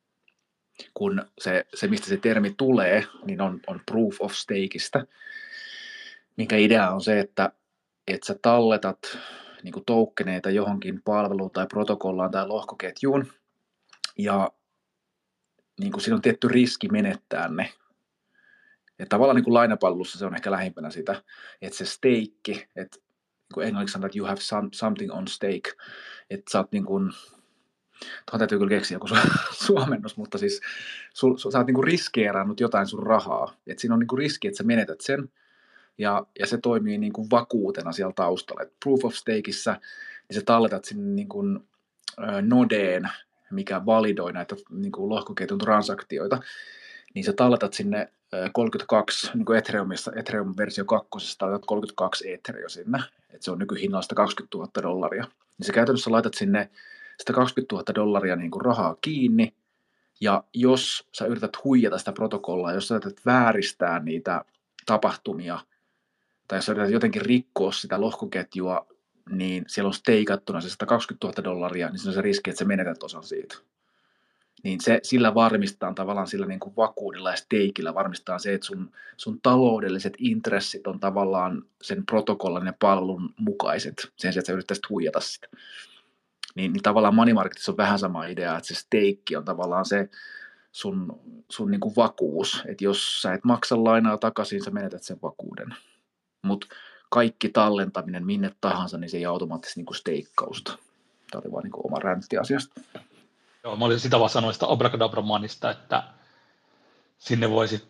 Kun se mistä se termi tulee, niin on proof of stakeista, minkä idea on se, että sä talletat niin kuin tokeneita johonkin palveluun tai protokollaan tai lohkoketjuun, ja niin kuin siinä on tietty riski menettää ne. Ja tavallaan niin kuin lainapalvelussa se on ehkä lähimpänä sitä, että se stake, että niin kuin englanniksi sanotaan, että you have something on stake, että sä oot niin kuin, tuohon täytyy kyllä keksiä joku suomennos, mutta siis sä oot niin kuin riskeerannut jotain sun rahaa, että siinä on niin kuin riski, että sä menetät sen, ja se toimii niin kuin vakuutena siellä taustalla. Et proof of stakeissa, niin sä talletat sinne niin kuin nodeen, mikä validoi näitä niin kuin lohkoketjun transaktioita, niin sä talletat sinne 32, niin kuin Ethereum versio 2, talletat 32 Ethereum sinne, että se on nykyhinnalla $20,000, niin sä käytännössä laitat sinne sitä $20,000 niin kuin rahaa kiinni, ja jos sä yrität huijata sitä protokollaa, jos sä yrität vääristää niitä tapahtumia, tai jos sä yrität jotenkin rikkoa sitä lohkoketjua, niin siellä on steikattuna se $120,000, niin se on se riski, että sä menetät osan siitä. Niin sillä varmistetaan tavallaan sillä niin kuin vakuudella ja steikillä varmistetaan se, että sun taloudelliset intressit on tavallaan sen protokollan ja palvelun mukaiset, sen sijaan, että sä yrittäisit huijata sitä. Niin tavallaan money marketissa on vähän sama idea, että se steikki on tavallaan se sun niin kuin vakuus, että jos sä et maksa lainaa takaisin, sä menetät sen vakuuden. Mutta kaikki tallentaminen minne tahansa, niin se ei automaattisesti niin kuin steikkausta. Tämä oli vaan niin kuin oma räntti asiasta. Joo, mä olisin sitä vaan sanoa sitä Abracadabra Moneysta, että sinne voisi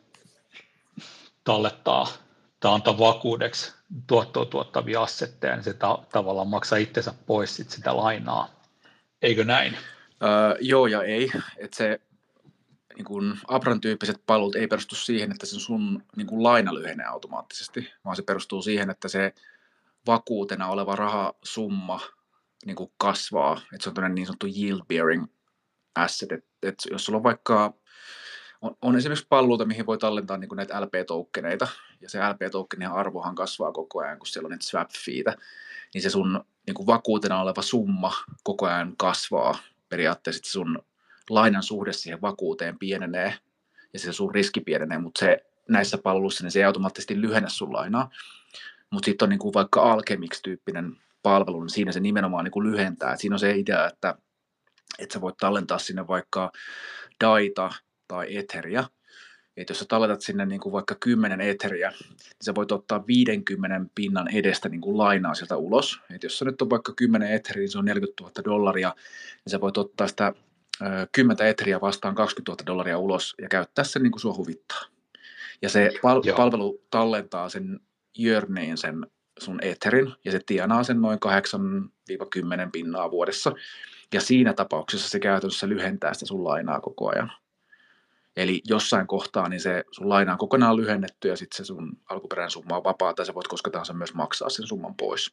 tallettaa tai antaa vakuudeksi tuottoa tuottavia assetteja, niin se tavallaan maksaa itsensä pois sit sitä lainaa. Eikö näin? Joo ja ei. Että se niin kun Abran tyyppiset palvelut ei perustu siihen, että se sun niin kun laina lyhenee automaattisesti, vaan se perustuu siihen, että se vakuutena oleva rahasumma niin kun kasvaa. Että se on tämmöinen niin sanottu yield bearing asset. Että jos sulla on vaikka on esimerkiksi palveluita, mihin voi tallentaa niin kuin näitä LP-toukkeneita, ja se LP-toukkenin arvohan kasvaa koko ajan, kun siellä on niitä swap-feitä, niin se sun niin kuin vakuutena oleva summa koko ajan kasvaa. Periaatteessa sun lainan suhde siihen vakuuteen pienenee, ja se sun riski pienenee, mutta se näissä palveluissa niin se ei automaattisesti lyhennä sun lainaa. Mutta sitten on niin kuin vaikka Alchemix-tyyppinen palvelu, niin siinä se nimenomaan niin kuin lyhentää. Et siinä on se idea, että sä voit tallentaa sinne vaikka DAIta tai Etheria. Että jos sä talletat sinne niin kuin vaikka 10 Etheria, niin sä voit ottaa 50 pinnan edestä niin kuin lainaa sieltä ulos. Että jos sä nyt on vaikka 10 Etheria, niin se on $40,000, niin sä voit ottaa sitä 10 Etheria vastaan $20,000 ulos ja käyttää sen niin kuin sua huvittaa. Ja se palvelu tallentaa sen journeyin sen sun Etherin, ja se tienaa sen noin 8-10 pinnaa vuodessa. Ja siinä tapauksessa se käytännössä lyhentää sitä sun lainaa koko ajan. Eli jossain kohtaa niin se sun laina on kokonaan lyhennetty ja sitten se sun alkuperäinen summa on vapaa, tai sä voit koska tahansa myös maksaa sen summan pois.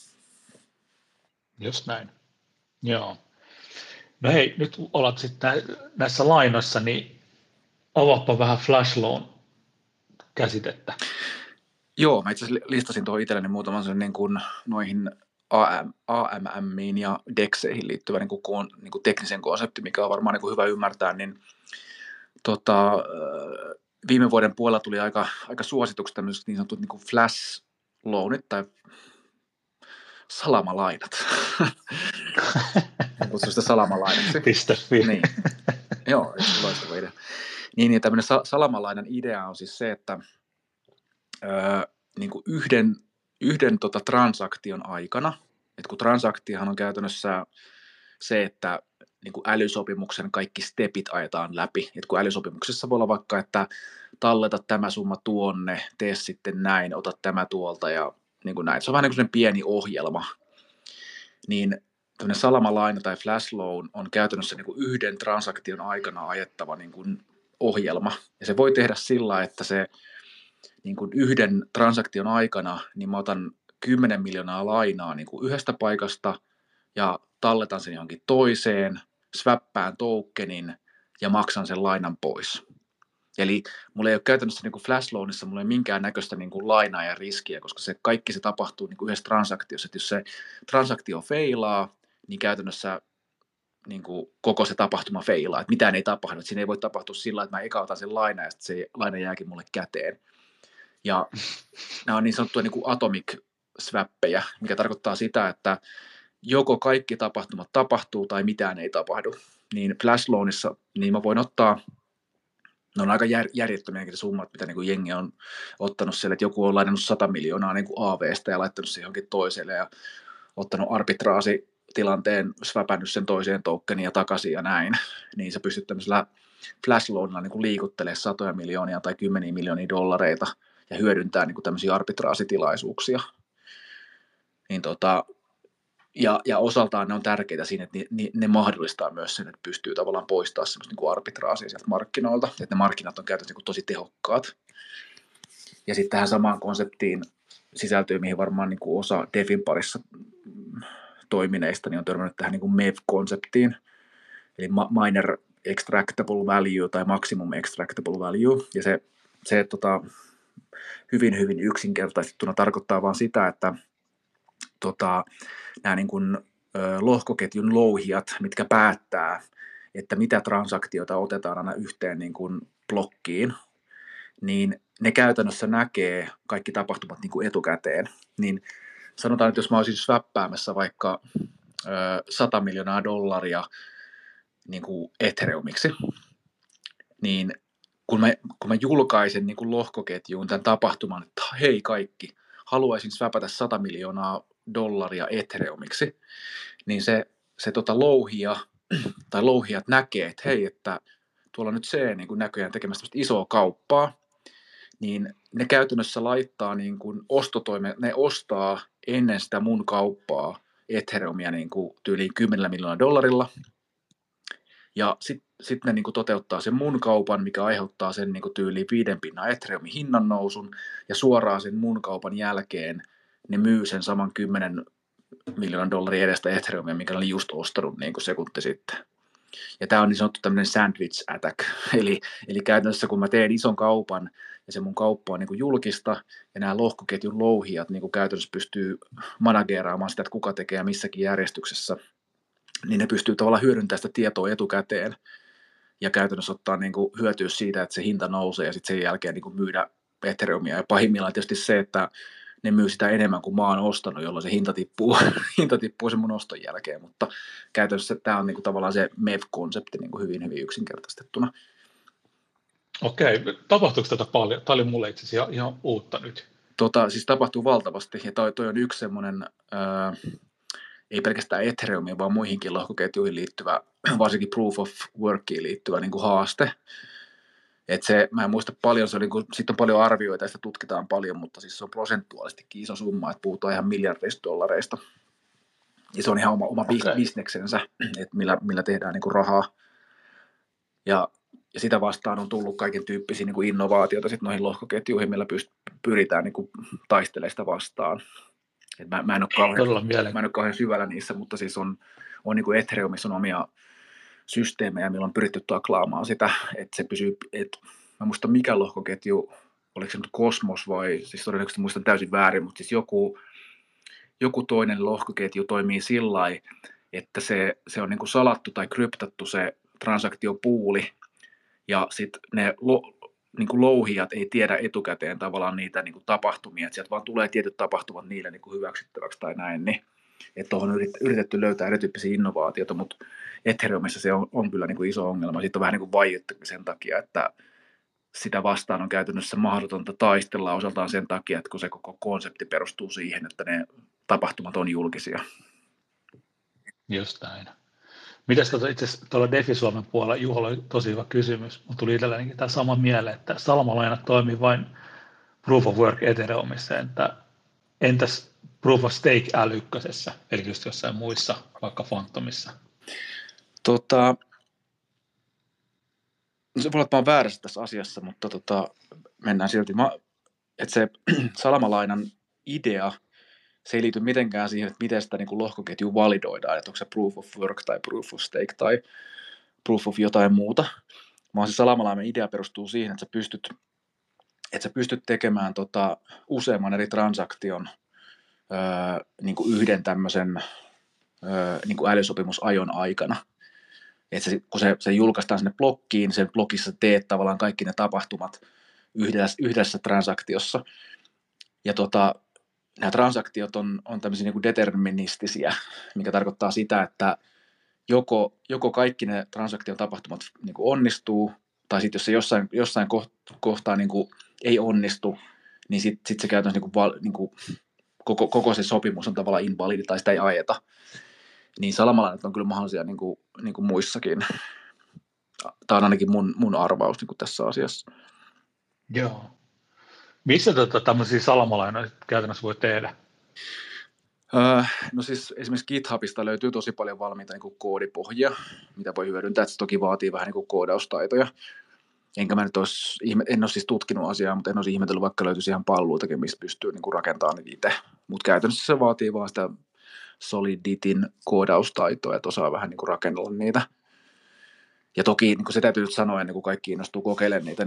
Just näin. Joo. No hei, nyt olet sitten näissä lainoissa, niin avaappa vähän flash loan käsitettä. Joo, mä itse asiassa listasin tuohon itselleni muutaman sen niin kuin noihin AMMiin ja DEXeihin liittyvä niin kuin teknisen konsepti, mikä on varmaan niin kuin hyvä ymmärtää, niin viime vuoden puolella tuli aika suosituksi tämmöiset niin sanotut niin kuin flash loanit tai salamalainat. Kutsun sitä salamalainaksi. .fi. Niin. Joo, loistava idea. Niin tämmöinen salamalainan idea on siis se, että niin kuin yhden transaktion aikana, että kun transaktiohan on käytännössä se, että niin kuin älysopimuksen kaikki stepit ajetaan läpi, että kun älysopimuksessa voi olla vaikka, että talleta tämä summa tuonne, tee sitten näin, ota tämä tuolta ja niin kuin näin. Se on vähän niin kuin pieni ohjelma, niin tämmöinen salamalaina tai flash loan on käytännössä niin kuin yhden transaktion aikana ajettava niin kuin ohjelma, ja se voi tehdä sillä, että se niin kuin yhden transaktion aikana, niin mä otan 10 miljoonaa lainaa niin kuin yhdestä paikasta ja talletan sen johonkin toiseen, swappään tokenin ja maksan sen lainan pois. Eli mulla ei ole käytännössä niin kuin flash loanissa mulla ei minkään näköistä niin kuin lainaa ja riskiä, koska kaikki se tapahtuu niin kuin yhdessä transaktiossa. Että jos se transaktio feilaa, niin käytännössä niin kuin koko se tapahtuma feilaa, että mitään ei tapahdu. Että siinä ei voi tapahtua sillä, että mä eka otan sen laina ja sitten se laina jääkin mulle käteen. Ja nämä on niin sanottuja niin kuin atomic swappeja, mikä tarkoittaa sitä, että joko kaikki tapahtumat tapahtuu tai mitään ei tapahdu. Niin flash loanissa niin mä voin ottaa, ne on aika järjettömiäkin summat, mitä niin kuin jengi on ottanut siellä, että joku on lainannut 100 miljoonaa niin kuin AV:stä ja laittanut se johonkin toiselle ja ottanut arbitraasitilanteen, swapannut sen toiseen tokeniin ja takaisin ja näin, niin sä pystyt tämmöisellä flash loanilla niin kuin liikuttelemaan satoja miljoonia tai 10 miljoonia dollareita ja hyödyntää niin kuin tämmöisiä arbitraasitilaisuuksia. Niin ja osaltaan ne on tärkeitä siinä, että ne mahdollistaa myös sen, että pystyy tavallaan poistamaan semmoista niin kuin arbitraasia sieltä markkinoilta, että ne markkinat on käytännössä niin tosi tehokkaat. Ja sitten tähän samaan konseptiin sisältyy, mihin varmaan niin kuin osa DeFin parissa toimineista niin on törmännyt tähän niin kuin MEV-konseptiin, eli Minor Extractable Value tai Maximum Extractable Value, ja se hyvin, hyvin yksinkertaistettuna tarkoittaa vaan sitä, että nämä niin kuin, lohkoketjun louhijat, mitkä päättää, että mitä transaktioita otetaan aina yhteen niin kuin blokkiin, niin ne käytännössä näkee kaikki tapahtumat niin kuin etukäteen. Niin sanotaan, että jos mä olisin swappäämässä vaikka 100 miljoonaa dollaria niin kuin Ethereumiksi, niin kun mä julkaisen niin kuin lohkoketjuun tämän tapahtuman, että hei kaikki, haluaisin swapata 100 miljoonaa dollaria Ethereumiksi, niin se louhija tai louhijat näkee, että hei, että tuolla nyt se niin kuin näköjään tekemässä isoa kauppaa, niin ne käytännössä laittaa niin kuin ne ostaa ennen sitä mun kauppaa Ethereumia niin kuin tyyliin 10 miljoonaa dollarilla, ja sitten ne niin kuin toteuttaa sen mun kaupan, mikä aiheuttaa sen niin kuin tyyliin 5% Ethereumin hinnan nousun, ja suoraan sen mun kaupan jälkeen ne myy sen saman 10 miljoonan dollaria edestä Ethereumia, mikä oli just ostanut niin kuin sekunti sitten. Ja tämä on niin sanottu tämmöinen sandwich attack, eli käytännössä kun mä teen ison kaupan, ja se mun kauppa on niin kuin julkista, ja nämä lohkoketjun louhijat niin kuin käytännössä pystyy manageraamaan sitä, että kuka tekee missäkin järjestyksessä, niin ne pystyy tavallaan hyödyntämään sitä tietoa etukäteen, ja käytännössä ottaa niin kuin hyötyä siitä, että se hinta nousee, ja sitten sen jälkeen niin kuin myydä Ethereumia, ja pahimmillaan tietysti se, että ne myy sitä enemmän kuin mä oon ostanut, jolloin se hinta tippuu sen mun oston jälkeen, mutta käytännössä tämä on niinku tavallaan se MEV-konsepti niinku hyvin, hyvin yksinkertaistettuna. Okei, tapahtuuko tätä paljon? Tämä oli mulle itse asiassa ihan uutta nyt. Siis tapahtuu valtavasti, ja toi on yksi semmoinen, ei pelkästään Ethereumiin, vaan muihinkin lohkoketjuihin liittyvä, varsinkin proof of workiin liittyvä niin kuin haaste. Et mä en muista paljon, sitten on paljon arvioita ja sitä tutkitaan paljon, mutta siis se on prosentuaalistikin iso summa, että puhutaan ihan miljardeista dollareista. Ja se on ihan oma bisneksensä, että millä tehdään niin kuin rahaa. Ja ja sitä vastaan on tullut kaiken tyyppisiä niin kuin innovaatioita sit noihin lohkoketjuihin, millä pyritään niin kuin taistelemaan sitä vastaan. Mä en ole kauhean syvällä niissä, mutta siis on niin kuin Ethereumissa on omia systeemejä, millä on pyritty taklaamaan sitä, että se pysyy, mä muistan mikä lohkoketju, oliko se nyt Cosmos vai, siis todennäköisesti muistan täysin väärin, mutta siis joku toinen lohkoketju toimii sillä lailla, että se on niin kuin salattu tai kryptattu se transaktiopuuli, ja sitten ne niin kuin louhijat ei tiedä etukäteen tavallaan niitä niin kuin tapahtumia, että sieltä vaan tulee tietyt tapahtumat niille niin kuin hyväksyttäväksi tai näin, niin että tuohon on yritetty löytää erityyppisiä innovaatioita, mutta Ethereumissa se on kyllä niin kuin iso ongelma. Siitä on vähän niin kuin vaiettu sen takia, että sitä vastaan on käytännössä mahdotonta taistella osaltaan sen takia, että kun se koko konsepti perustuu siihen, että ne tapahtumat on julkisia. Just näin. Mitäs itse asiassa tuolla DeFi-Suomen puolella, Juholla oli tosi hyvä kysymys, mutta tuli itsellänikin tämä sama mieleen, että salamalainat toimii vain Proof of Work Ethereumissa, että entäs Proof of Stake L1, eli just jossain muissa, vaikka Phantomissa? Se voi olla, että mä oon väärässä tässä asiassa, mutta mennään silti. Että se salamalainan idea, se ei liity mitenkään siihen, että miten sitä niin kuin lohkoketjua validoidaan, että onko se proof of work tai proof of stake tai proof of jotain muuta, vaan se salamalainan idea perustuu siihen, että sä pystyt tekemään useamman eri transaktion niin kuin yhden tämmöisen niin kuin älysopimusajon aikana. Että kun se julkaistaan sinne blokkiin, sen blogissa teet tavallaan kaikki ne tapahtumat yhdessä transaktiossa. Ja nämä transaktiot on tämmöisiä niin kuin deterministisiä, mikä tarkoittaa sitä, että joko kaikki ne transaktion tapahtumat niin kuin onnistuu, tai sitten jos se jossain kohtaa niin kuin ei onnistu, niin sit se käytännössä niin kuin koko se sopimus on tavallaan invalidi tai sitä ei ajeta. Niin salamalainat on kyllä mahdollisia niin kuin muissakin. Tämä on ainakin mun arvaus niin kuin tässä asiassa. Joo. Missä tämmöisiä salamalainoja käytännössä voi tehdä? No siis esimerkiksi GitHubista löytyy tosi paljon valmiita niin kuin koodipohjia, mitä voi hyödyntää. Se toki vaatii vähän niin kuin koodaustaitoja. En ole siis tutkinut asiaa, mutta en olisi ihmetellyt, vaikka löytyisi ihan palluitakin, mistä pystyy niin kuin rakentamaan niitä itse. Mutta käytännössä se vaatii vaan sitä Soliditin koodaustaitoa, että osaa vähän niin kuin rakennella niitä. Ja toki niin kuin se täytyy nyt sanoa, ennen kuin kaikki innostuu kokeilemaan niitä,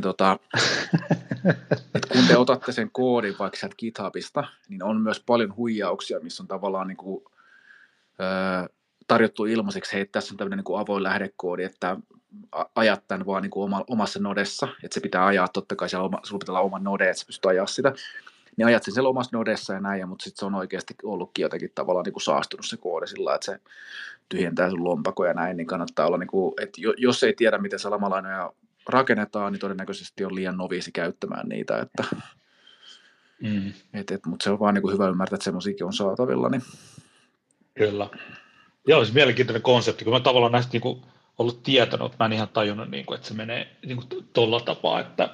että kun te otatte sen koodin vaikka sieltä GitHubista, niin on myös paljon huijauksia, missä on tavallaan niin kuin, tarjottu ilmaiseksi, että tässä on tämmöinen niin kuin avoin lähdekoodi, että ajat tämän vaan niin kuin omassa nodessa, että se pitää ajaa, totta kai sulla pitää olla oma node, että sä pystyt ajaa sitä, niin ajat sen siellä omassa nodessa ja näin, mutta sitten se on oikeasti ollutkin jotenkin tavallaan niin kuin saastunut se koodi sillä, että se tyhjentää sun lompako ja näin, niin kannattaa olla, niin kuin, että jos ei tiedä, miten salamalainoja rakennetaan, niin todennäköisesti on liian noviisi käyttämään niitä, että mutta se on vaan niin kuin hyvä ymmärtää, että semmoisiakin on saatavilla. Niin. Kyllä. Joo, se on mielenkiintoinen konsepti, kun mä tavallaan näistä niin kuin ollut tietoinen, mutta mä en ihan tajunnut, niin kuin, että se menee niin kuin tuolla tapaa, että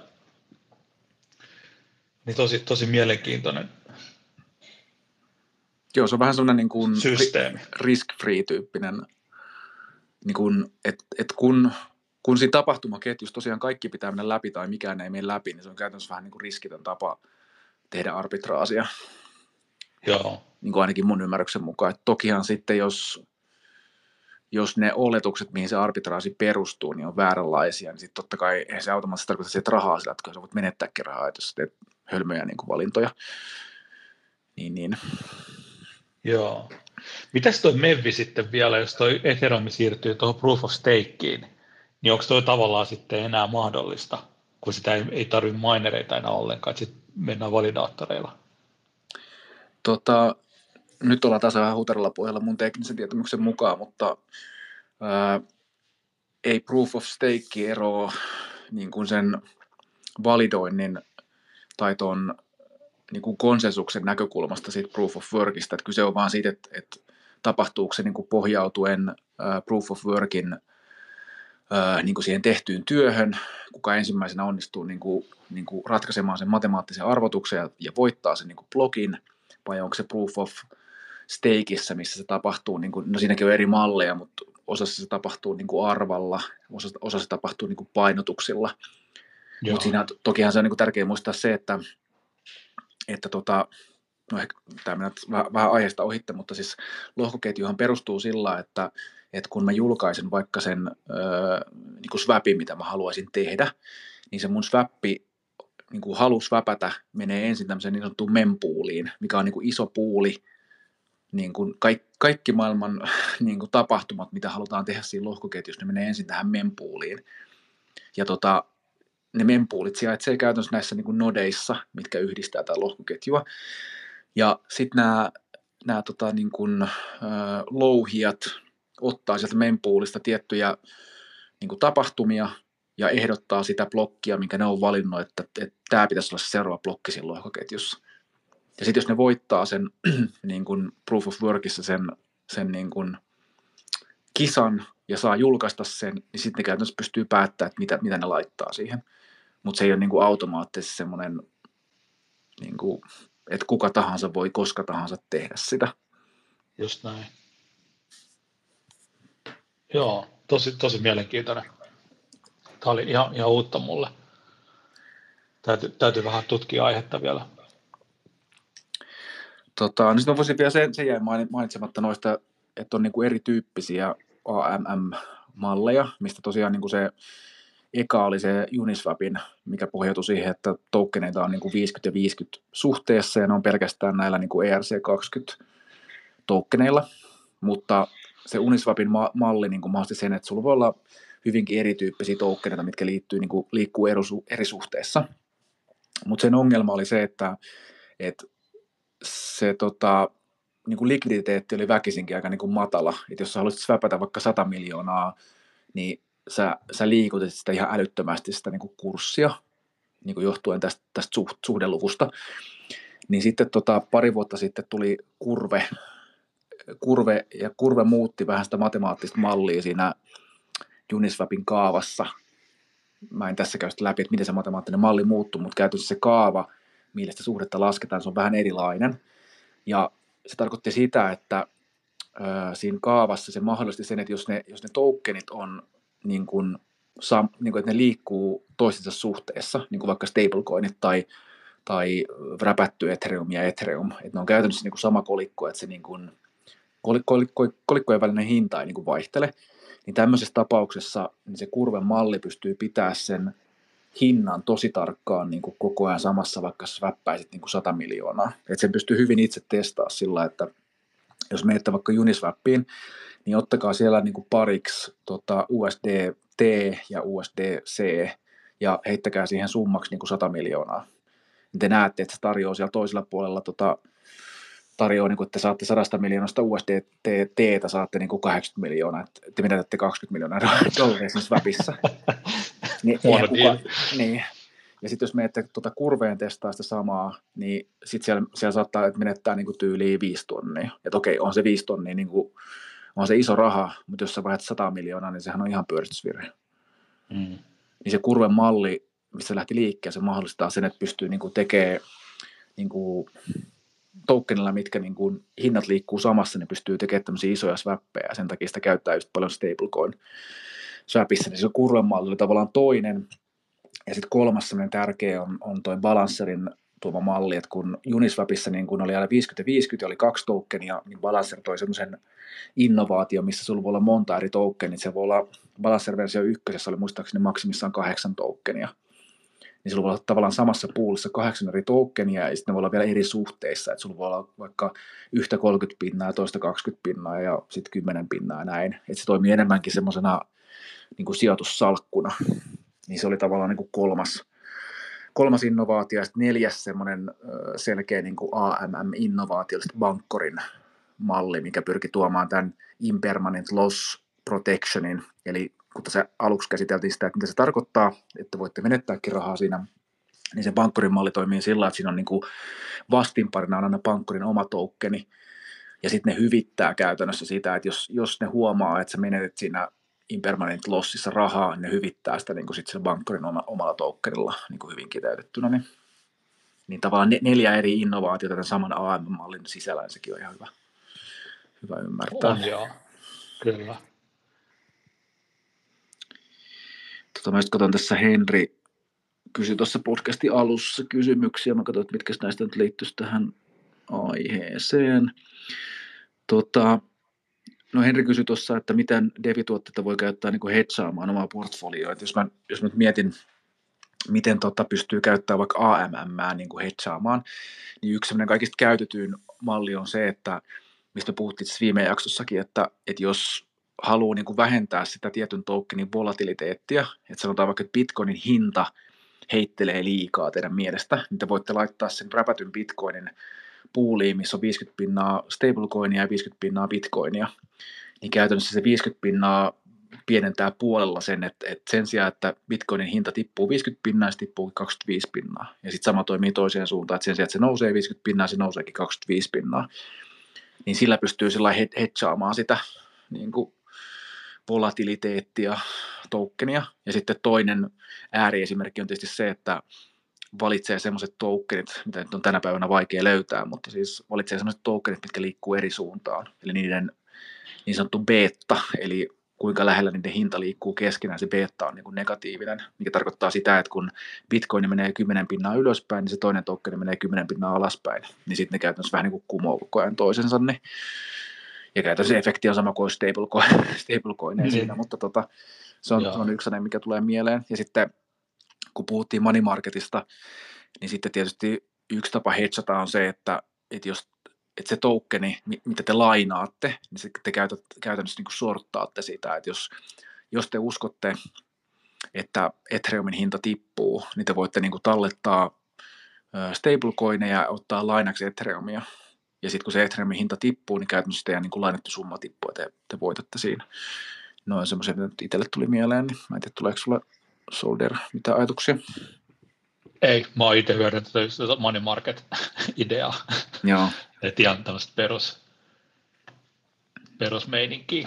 niin tosi mielenkiintoinen. Joo, se on vähän semmoinen niin kuin risk-free-tyyppinen, niin kuin, että kun siinä tapahtumaketjussa tosiaan kaikki pitää mennä läpi tai mikään ei mene läpi, niin se on käytännössä vähän niin kuin riskitön tapa tehdä arbitraasia. Joo. Niin kuin ainakin mun ymmärryksen mukaan. Että tokihan sitten, jos ne oletukset, mihin se arbitraasi perustuu, niin on vääränlaisia, niin sitten totta kai eihän se automaattisesti tarkoita, että rahaa sillä, että sä voit menettääkin rahaa, että jos teet hölmöjä niin kuin valintoja. Niin. Joo. Mitäs toi Mevvi sitten vielä, jos toi Ethereum siirtyy tuohon Proof of Stakeen, niin onko toi tavallaan sitten enää mahdollista, kun sitä ei tarvitse minereita enää ollenkaan, että sitten mennään validaattoreilla? Nyt ollaan taas vähän huteralla pohjalla mun teknisen tietämyksen mukaan, mutta ei Proof of Stake eroa niin kuin sen validoinnin tai tuon niin kuin konsensuksen näkökulmasta siitä Proof of Workista, että kyse on vaan siitä, että tapahtuuko se niin kuin pohjautuen Proof of Workin niin kuin siihen tehtyyn työhön, kuka ensimmäisenä onnistuu niin kuin ratkaisemaan sen matemaattisen arvotuksen ja voittaa sen niin kuin blogin, vai onko se Proof of Stakeissa, missä se tapahtuu, niin kuin, no siinäkin on eri malleja, mutta osassa se tapahtuu niin kuin arvalla, osassa se tapahtuu niin kuin painotuksilla. Mutta siinä tokihan se on niin kuin tärkeää muistaa se, että no ehkä tämä menee vähän aiheesta ohitte, mutta siis lohkoketjuhan perustuu sillä, että kun mä julkaisen vaikka sen niin kuin swapin, mitä mä haluaisin tehdä, niin se mun swappi niin kuin halu swapätä menee ensin tämmöiseen niin sanottuun mempooliin, mikä on niin kuin iso puuli, niin kuin kaikki maailman niin kuin tapahtumat, mitä halutaan tehdä siinä lohkoketjussa, ne menee ensin tähän mempooliin. Ja ne mempoolit sijaitsee käytännössä näissä niin kuin nodeissa, mitkä yhdistää tätä lohkoketjua. Ja sitten nämä niin kuin, louhijat ottaa sieltä mempoolista tiettyjä niin kuin tapahtumia ja ehdottaa sitä blokkia, minkä ne on valinnut, että tämä pitäisi olla se seuraava blokki siinä lohkoketjussa. Ja sitten jos ne voittaa sen niin kuin proof of workissa sen niin kuin kisan ja saa julkaista sen, niin sitten ne käytännössä pystyy päättämään, että mitä ne laittaa siihen. Mutta se ei ole niin kuin automaattisesti semmoinen, niin kuin, että kuka tahansa voi koska tahansa tehdä sitä. Just näin. Joo, tosi mielenkiintoinen. Tämä oli ihan uutta mulle. Täytyy vähän tutkia aihetta vielä. Niin sitten voisin vielä se jäi mainitsematta noista, että on niin kuin erityyppisiä AMM-malleja, mistä tosiaan niin kuin se eka oli se Uniswapin, mikä pohjautui siihen, että tokeneita on niin kuin 50 ja 50 suhteessa, ja ne on pelkästään näillä niin kuin ERC20 tokeneilla, mutta se Uniswapin malli niin kuin mahdollisti sen, että sulla voi olla hyvinkin erityyppisiä tokeneita, mitkä liikkuu eri suhteessa. Mutta sen ongelma oli se, että se niin kuin likviditeetti oli väkisinkin aika niin kuin matala. Et jos sä haluaisit swapätä vaikka 100 miljoonaa, niin sä liikutit sitä ihan älyttömästi sitä niin kuin kurssia, niin kuin johtuen tästä suhdeluvusta. Niin sitten pari vuotta sitten tuli kurve, ja kurve muutti vähän sitä matemaattista mallia siinä Uniswapin kaavassa. Mä en tässä käy sitä läpi, että miten se matemaattinen malli muuttui, mutta käytännössä se kaava, millä sitä suhdetta lasketaan, se on vähän erilainen. Ja se tarkoitti sitä, että siinä kaavassa se mahdollisti sen, että jos ne tokenit on niin kuin, että ne liikkuu toistensa suhteessa, niin kuin vaikka stablecoinit tai räpätty Ethereum ja Ethereum, että ne on käytännössä niin kuin sama kolikko, että se niin kuin, kolikkojen välinen hinta ei niin kuin vaihtele, niin tämmöisessä tapauksessa niin se kurven malli pystyy pitämään sen hinnan tosi tarkkaan niin kuin koko ajan samassa, vaikka swappäisit niin kuin 100 miljoonaa. Että sen pystyy hyvin itse testaamaan sillä, että jos menette vaikka Uniswapiin, niin ottakaa siellä niin kuin pariksi USDT ja USDC ja heittäkää siihen summaksi niin kuin 100 miljoonaa. Te näette, että se tarjoaa siellä toisella puolella tarjoaa, niin kuin, että te saatte 100 miljoonasta USDT, saatte niin kuin 80 miljoonaa, että te menetätte 20 miljoonaa dollaria siinä swapissa. Niin. Ja sitten jos menette kurveen testaa sitä samaa, niin sitten siellä saattaa, että menettää niin kuin tyyliin 5 tonnia. Että okei, on se 5 tonnia, niin kuin, on se iso raha, mutta jos sä vaihdat 100 miljoonaa, niin sehän on ihan pyöristysvirhe. Niin se kurven malli, missä lähti liikkeelle, se mahdollistaa sen, että pystyy niin kuin tekemään niin kuin tokenilla, mitkä niin kuin hinnat liikkuu samassa, niin pystyy tekemään tämmöisiä isoja swappeja, ja sen takia sitä käyttää just paljon stablecoin swapissa, niin se kurven malli oli tavallaan toinen. Ja sitten kolmas sellainen tärkeä on toi Balancerin tuoma malli, että kun Uniswapissa niin kun oli aina 50-50 ja oli 2 tokenia, niin Balancer toi semmoisen innovaatio, missä sulla voi olla monta eri tokenia. Se voi olla Balancer-versio 1, oli muistaakseni maksimissaan 8 tokenia. Niin sulla voi olla tavallaan samassa poolissa 8 eri tokenia ja sitten ne voi olla vielä eri suhteissa. Että sulla voi olla vaikka yhtä 30 pinnaa ja toista 20 pinnaa ja sitten 10 pinnaa ja näin. Että se toimii enemmänkin semmoisena niin kuin sijoitussalkkuna. Niin se oli tavallaan niin kuin kolmas innovaatio, ja sitten 4. semmoinen selkeä niin kuin AMM-innovaatio, Bankkorin malli, mikä pyrki tuomaan tämän impermanent loss protectionin, eli kun tässä aluksi käsiteltiin sitä, että mitä se tarkoittaa, että voitte menettääkin rahaa siinä, niin se Bankkorin malli toimii sillä, että siinä on niin kuin vastinparina on aina Bankkorin oma tokeni, ja sitten ne hyvittää käytännössä sitä, että jos ne huomaa, että sä menetet siinä impermanent lossissa rahaa, ne hyvittää sitä niin kuin sitten sen Bankkorin omalla tokenilla niin kuin hyvin kiteytettynä. Niin tavallaan 4 eri innovaatiota tämän saman AM-mallin sisällä, niin sekin on ihan hyvä ymmärtää. On joo, kyllä. Mä just katson tässä Henri kysyi tuossa podcastin alussa kysymyksiä. Mä katsoin, että mitkä näistä nyt liittyisi tähän aiheeseen. No Henri kysyi tuossa, että miten Devi-tuotteita voi käyttää niin kuin hedgaamaan omaa portfolioa. Jos mä nyt mietin, miten pystyy käyttämään vaikka AMM niin kuin hedgaamaan, niin yksi sellainen kaikista käytetyin malli on se, että mistä puhuttiin viime jaksossakin, että jos haluaa niin kuin vähentää sitä tietyn tokenin volatiliteettia, että sanotaan vaikka, että Bitcoinin hinta heittelee liikaa teidän mielestä, niin te voitte laittaa sen räpätyn Bitcoinin pooliin, missä on 50% stablecoinia ja 50% Bitcoinia, niin käytännössä se 50% pienentää puolella sen, että sen sijaan, että Bitcoinin hinta tippuu 50%, se tippuu 25%. Ja sitten sama toimii toiseen suuntaan, että sen sijaan, että se nousee 50%, se nouseekin 25%. Niin sillä pystyy sellainen hedgaamaan sitä niin kuin volatiliteettia, tokenia. Ja sitten toinen ääriesimerkki on tietysti se, että valitsee sellaiset tokenit, mitä nyt on tänä päivänä vaikea löytää, mutta siis valitsee sellaiset tokenit, mitkä liikkuu eri suuntaan. Eli niiden niin sanottu beta, eli kuinka lähellä niiden hinta liikkuu keskenään, se beta on niin kuin negatiivinen, mikä tarkoittaa sitä, että kun Bitcoin menee 10% ylöspäin, niin se toinen token menee 10% alaspäin, niin sitten ne käytännössä vähän niin kuin kumoo koko ajan toisensa, niin ja käytännössä efekti on sama kuin stablecoin siinä, mutta se on yksi sellainen, mikä tulee mieleen. Ja sitten kun puhuttiin money marketista, niin sitten tietysti yksi tapa hedgata on se, että se tokeni, mitä te lainaatte, niin te käytännössä niin kuin sorttaatte sitä, että jos te uskotte, että Ethereumin hinta tippuu, niin te voitte niin kuin tallettaa stablecoineja ja ottaa lainaksi Ethereumia. Ja sitten kun se Ethereumin hinta tippuu, niin käytännössä teidän niin kuin lainattu summa tippuu ja te voitatte siinä. No on semmoisia, mitä nyt itselle tuli mieleen, niin mä en tiedä, tuleeko sulla Solder mitä ajatuksia? Ei, mä oon itse hyödyntänyt money market-ideaa. Joo. Että ihan tämmöistä perusmeininkiä.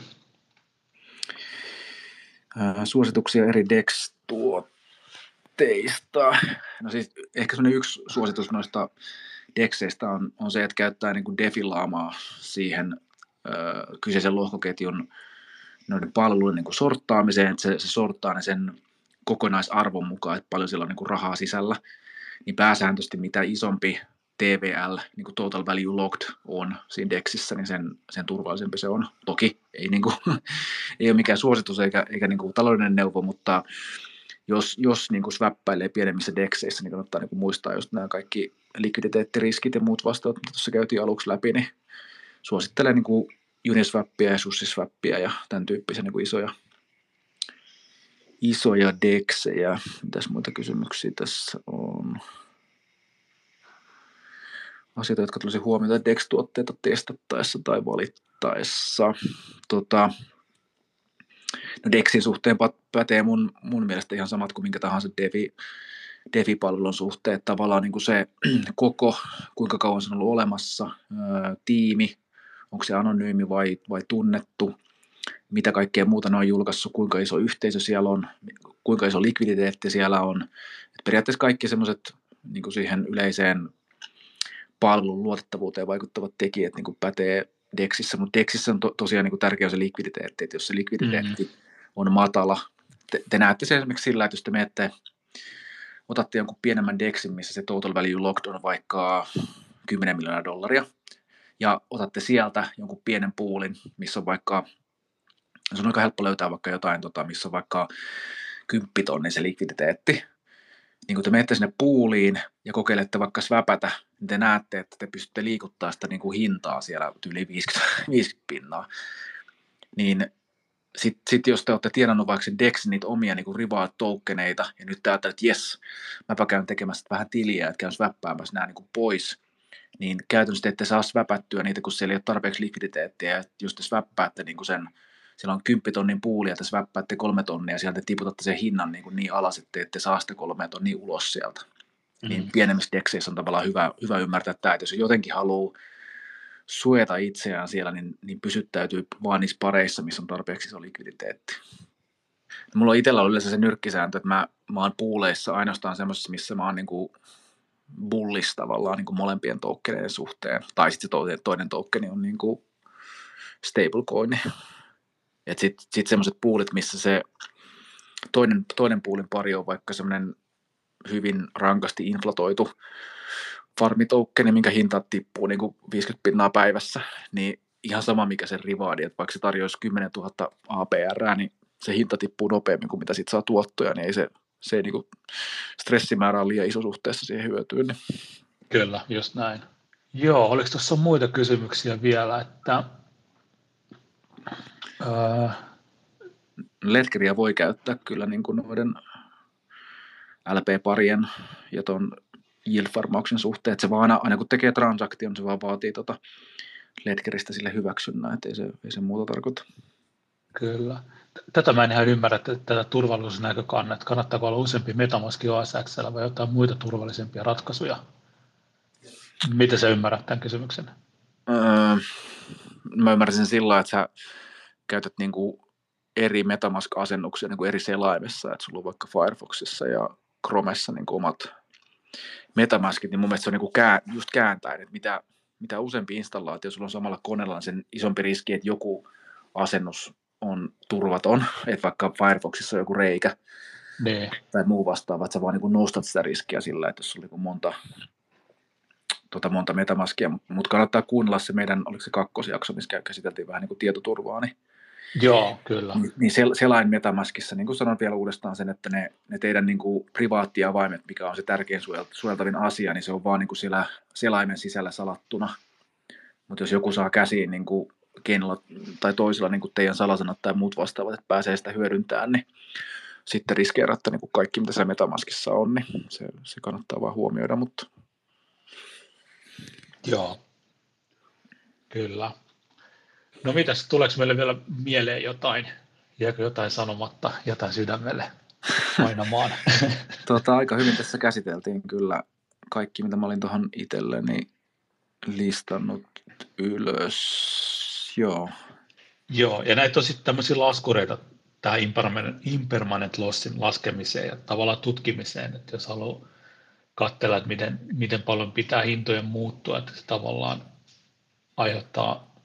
Suosituksia eri DEX-tuotteista. No siis ehkä semmoinen yksi suositus noista DEXeistä on se, että käyttää niin kuin defilaamaa siihen kyseisen lohkoketjun noiden palveluiden niin kuin sorttaamiseen, että se sorttaa ne sen kokonaisarvon mukaan, että paljon siellä on niin kuin rahaa sisällä, niin pääsääntöisesti mitä isompi TVL, niin kuin Total Value Locked on siinä DEXissä, niin sen turvallisempi se on. Toki ei, niin kuin, ei ole mikään suositus eikä niin kuin taloudellinen neuvo, mutta jos niin kuin swappäilee pienemmissä DEXeissä, niin kannattaa niin kuin muistaa just nämä kaikki likviditeettiriskit ja muut vastaavat, mitä tuossa käytiin aluksi läpi, niin suosittelen niin kuin Uniswappia ja SushiSwappia ja tämän tyyppisiä niin kuin isoja DEXejä. Mitäs muita kysymyksiä tässä on? Asioita, jotka tulisi huomioida DEX-tuotteita testattaessa tai valittaessa. No DEXin suhteen pätee mun mielestä ihan samat kuin minkä tahansa DeFi-palvelun suhteen. Tavallaan niin kuin se koko, kuinka kauan se on ollut olemassa, tiimi, onko se anonyymi vai tunnettu, mitä kaikkea muuta ne on julkaissut, kuinka iso yhteisö siellä on, kuinka iso likviditeetti siellä on. Et periaatteessa kaikki semmoiset niin kuin siihen yleiseen palvelun luotettavuuteen vaikuttavat tekijät niin kuin pätee DEXissä, mutta DEXissä on tosiaan niin kuin tärkeä se likviditeetti, että jos se likviditeetti on matala, te näette sen esimerkiksi sillä, että jos te menette, otatte jonkun pienemmän DEXin, missä se total value locked on vaikka $10 miljoonaa, ja otatte sieltä jonkun pienen poolin, missä on vaikka, se on aika helppo löytää vaikka jotain, missä on vaikka 10 000 se likviditeetti, niin kun te menette sinne pooliin ja kokeilette vaikka sväpätä, niin te näette, että te pystytte liikuttaa sitä niin kuin hintaa siellä yli 50 %. Niin sitten jos te olette tienannut vaikka sen DEXin niitä omia niin kuin rivaat-tokeneita, ja nyt te ajattelee, että jes, mäpä käyn tekemässä vähän tiliä, että käyn sväppäämässä nämä niin kuin pois, niin käytännössä te ette saa sväpättyä niitä, kun siellä ei ole tarpeeksi likviditeettiä, ja jos te sväppäätte niin kuin sen, siellä on 10 000 puulia, ja te sväppäätte 3 000, ja sieltä tiputatte sen hinnan niin alas, että te ette saa sitä 3 000 ulos sieltä. Niin pienemmissä DEXeissä on tavallaan hyvä ymmärtää tämä, että jos jotenkin haluaa suojata itseään siellä, niin pysyttäytyy vaan niissä pareissa, missä on tarpeeksi iso likviditeetti. Mulla on itsellä yleensä se nyrkkisääntö, että mä oon pooleissa ainoastaan semmoisessa, missä mä oon niin kuin bullish tavallaan niin kuin molempien tokeneiden suhteen, tai sitten se toinen tokeni on niin kuin stablecoin. Sitten semmoiset poolit, missä se toinen puulin pari on vaikka semmoinen hyvin rankasti inflatoitu farmitoukkeni, minkä hinta tippuu niin kuin 50 € päivässä, niin ihan sama mikä sen rivaadi, että vaikka se tarjoaisi 10 000 APR, niin se hinta tippuu nopeammin kuin mitä siitä saa tuottoja, niin ei se niin kuin stressimäärä on liian iso suhteessa siihen hyötyyn. Niin. Kyllä, just näin. Joo, oliko tuossa muita kysymyksiä vielä, että Ledgeriä voi käyttää kyllä niin kuin noiden LP-parien ja tuon yield-farmauksen suhteen, että se vaan aina kun tekee transaktion, se vaan vaatii Ledgeristä sille hyväksynnän, että ei se muuta tarkoita. Kyllä. Tätä mä en ihan ymmärrä, tätä turvallisuusnäkökannetta. Kannattaako olla useampi MetaMask OSX:llä vai jotain muita turvallisempia ratkaisuja? Miten sä ymmärrät tämän kysymyksen? Mä ymmärrän sen sillä, että sä käytät niinku eri MetaMask-asennuksia niinku eri selaimessa, että sulla on vaikka Firefoxissa ja Chromessa niinku omat MetaMaskit, niin mun mielestä se on niinku just kääntäen, että mitä useampi installaatio sulla on samalla koneella, niin sen isompi riski, että joku asennus on turvaton, että vaikka Firefoxissa on joku reikä tai muu vastaava, että sä vaan niinku nostat sitä riskiä sillä, että jos sulla on monta MetaMaskia, mutta kannattaa kuunnella se meidän, oliko se kakkosjakso, missä käsiteltiin vähän niin kuin tietoturvaa, niin, joo, kyllä. Niin selain MetaMaskissa, niin kuin sanon vielä uudestaan sen, että ne teidän niin kuin privaattiavaimet, mikä on se tärkein suojeltavin asia, niin se on vaan niin kuin siellä selaimen sisällä salattuna. Mutta jos joku saa käsiin niin kuin keinolla tai toisella niin kuin teidän salasanat tai muut vastaavat, että pääsee sitä hyödyntämään, niin sitten riskeeratta niin kuin kaikki, mitä se MetaMaskissa on, niin se kannattaa vaan huomioida, mutta joo, kyllä. No mitäs, tuleeko meille vielä mieleen jotain? Jääkö jotain sanomatta, jotain sydämelle painamaan? Aika hyvin tässä käsiteltiin kyllä kaikki, mitä mä olin tuohon itselleni listannut ylös. Joo, ja näitä on sitten tämmöisiä laskureita tähän impermanent lossin laskemiseen ja tavallaan tutkimiseen, että jos haluaa katsella, että miten paljon pitää hintojen muuttua, että se tavallaan aiheuttaa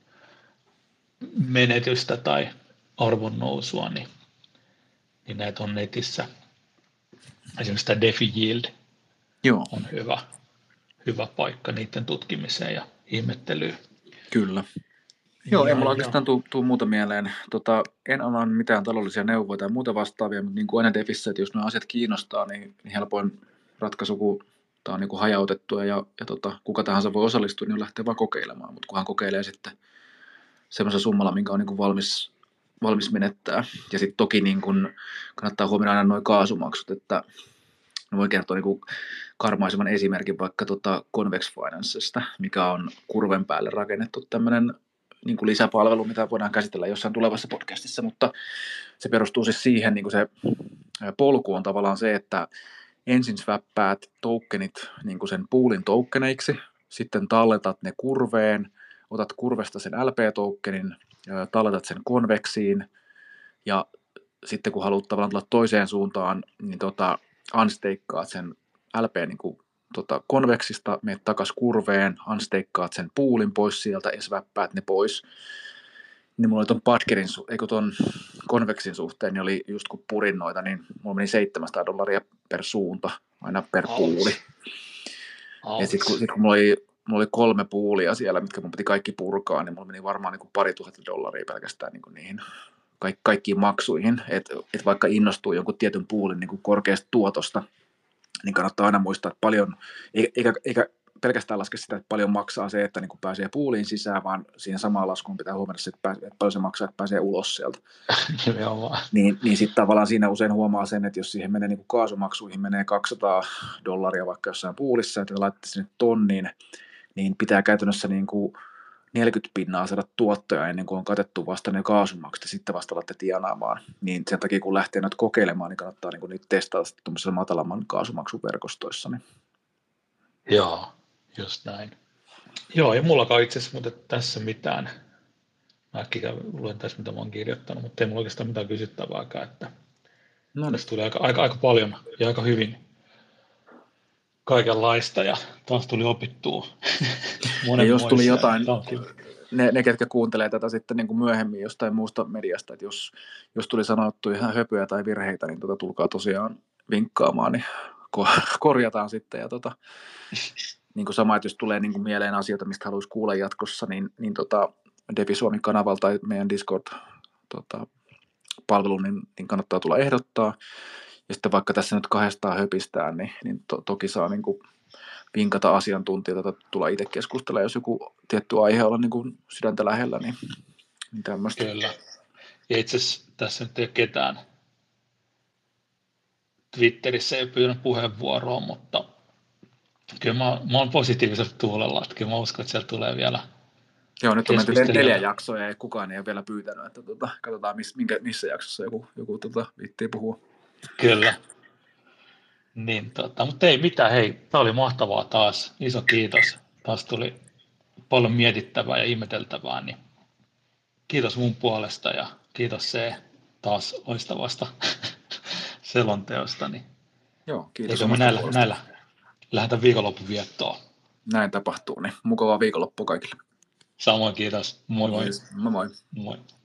menetystä tai arvon nousua, niin näitä on netissä. Esimerkiksi tämä DeFi Yield on hyvä paikka niiden tutkimiseen ja ihmettelyyn. Kyllä. Joo, ei mulla oikeastaan tuu muuta mieleen. En anna mitään taloudellisia neuvoja tai muuta vastaavia, mutta niin kuin aina DeFissä, että jos nuo asiat kiinnostaa, niin helpoin ratkaisu, kun tämä on niin kuin hajautettua ja kuka tahansa voi osallistua, niin lähtee vaan kokeilemaan. Mutta kunhan kokeilee sitten semmoisen summalla, minkä on niin kuin valmis menettää. Ja sitten toki niin kuin kannattaa huomioida aina nuo kaasumaksut, että voi kertoa niin kuin karmaisevan esimerkin vaikka Convex Financesta, mikä on kurven päälle rakennettu tämmöinen niin kuin lisäpalvelu, mitä voidaan käsitellä jossain tulevassa podcastissa, mutta se perustuu siis siihen, niin kuin se polku on tavallaan se, että ensin sväppäät tokenit niin kuin sen poolin tokeneiksi, sitten talletat ne kurveen, otat kurvesta sen LP-tokenin, talletat sen konveksiin, ja sitten kun haluat tavallaan tulla toiseen suuntaan, niin unstakeaat sen LP niin kuin, konveksista, menet takaisin kurveen, unstakeaat sen poolin pois sieltä ja sväppäät ne pois. Niin mulla oli ton konveksin suhteen, niin oli just kun purin noita, niin mulla meni $700 per suunta, aina per puuli. Ja sitten kun mulla oli 3 puulia siellä, mitkä mun piti kaikki purkaa, niin mulla meni varmaan niin $2,000 pelkästään niin niihin kaikkiin maksuihin. Et vaikka innostuu jonkun tietyn puulin niin korkeasta tuotosta, niin kannattaa aina muistaa, että paljon, eikä pelkästään laske sitä, että paljon maksaa se, että niin kuin pääsee puuliin sisään, vaan siihen samaan laskuun pitää huomioida se, että paljon se maksaa, että pääsee ulos sieltä. niin sitten tavallaan siinä usein huomaa sen, että jos siihen menee niin kuin kaasumaksuihin menee $200 vaikka jossain puulissa, että laittaa sinne tonnin, niin pitää käytännössä niin kuin 40% saada tuottoja ennen kuin on katettu vasta ne kaasumaksut ja sitten vasta alatte tienaamaan. Niin sen takia kun lähtee nyt kokeilemaan, niin kannattaa niin kuin nyt testata tuollaisella matalamman kaasumaksuverkostoissa. Niin. Joo, just näin. Joo, ja mullakaan itse asiassa mutta tässä mitään. Mä äkkiä luen tässä, mitä mä oon kirjoittanut, mutta ei mulla oikeastaan mitään kysyttävääkään. Että tässä tuli aika paljon ja aika hyvin kaikenlaista ja taas tuli opittua ja jos tuli ne, ketkä kuuntelee tätä sitten niin kuin myöhemmin jostain muusta mediasta, että jos tuli sanottu ihan höpöjä tai virheitä, niin tulkaa tosiaan vinkkaamaan, niin korjataan sitten. Ja niin kuin sama, että jos tulee niin kuin mieleen asioita, mistä haluaisi kuulla jatkossa, niin Devi Suomi -kanavalta tai meidän Discord-palveluun, niin kannattaa tulla ehdottaa. Ja sitten vaikka tässä nyt 200 höpistään, niin toki saa niin kuin vinkata asiantuntijoita, tulla itse keskustella, jos joku tietty aihe on niin kuin sydäntä lähellä, niin tämmöistä. Kyllä. Ja itse asiassa tässä nyt ei ole ketään Twitterissä ei pyytänyt puheenvuoroa, mutta kyllä mä oon positiivisella tuulella, että kyllä mä uskon, että sieltä tulee vielä. Joo, nyt on menty 4 jaksoa ja kukaan ei ole vielä pyytänyt, että katsotaan missä jaksossa joku viittii puhua. Kyllä. Niin, mutta ei mitään, hei, tämä oli mahtavaa taas, iso kiitos. Taas tuli paljon mietittävää ja ihmeteltävää, niin kiitos mun puolesta ja kiitos se taas loistavasta selonteosta. Niin joo, kiitos. Eikö me näillä lähdetään viikonlopun viettoon? Näin tapahtuu, niin mukavaa viikonloppua kaikille. Samoin kiitos, moi moi. Moi moi. Moi.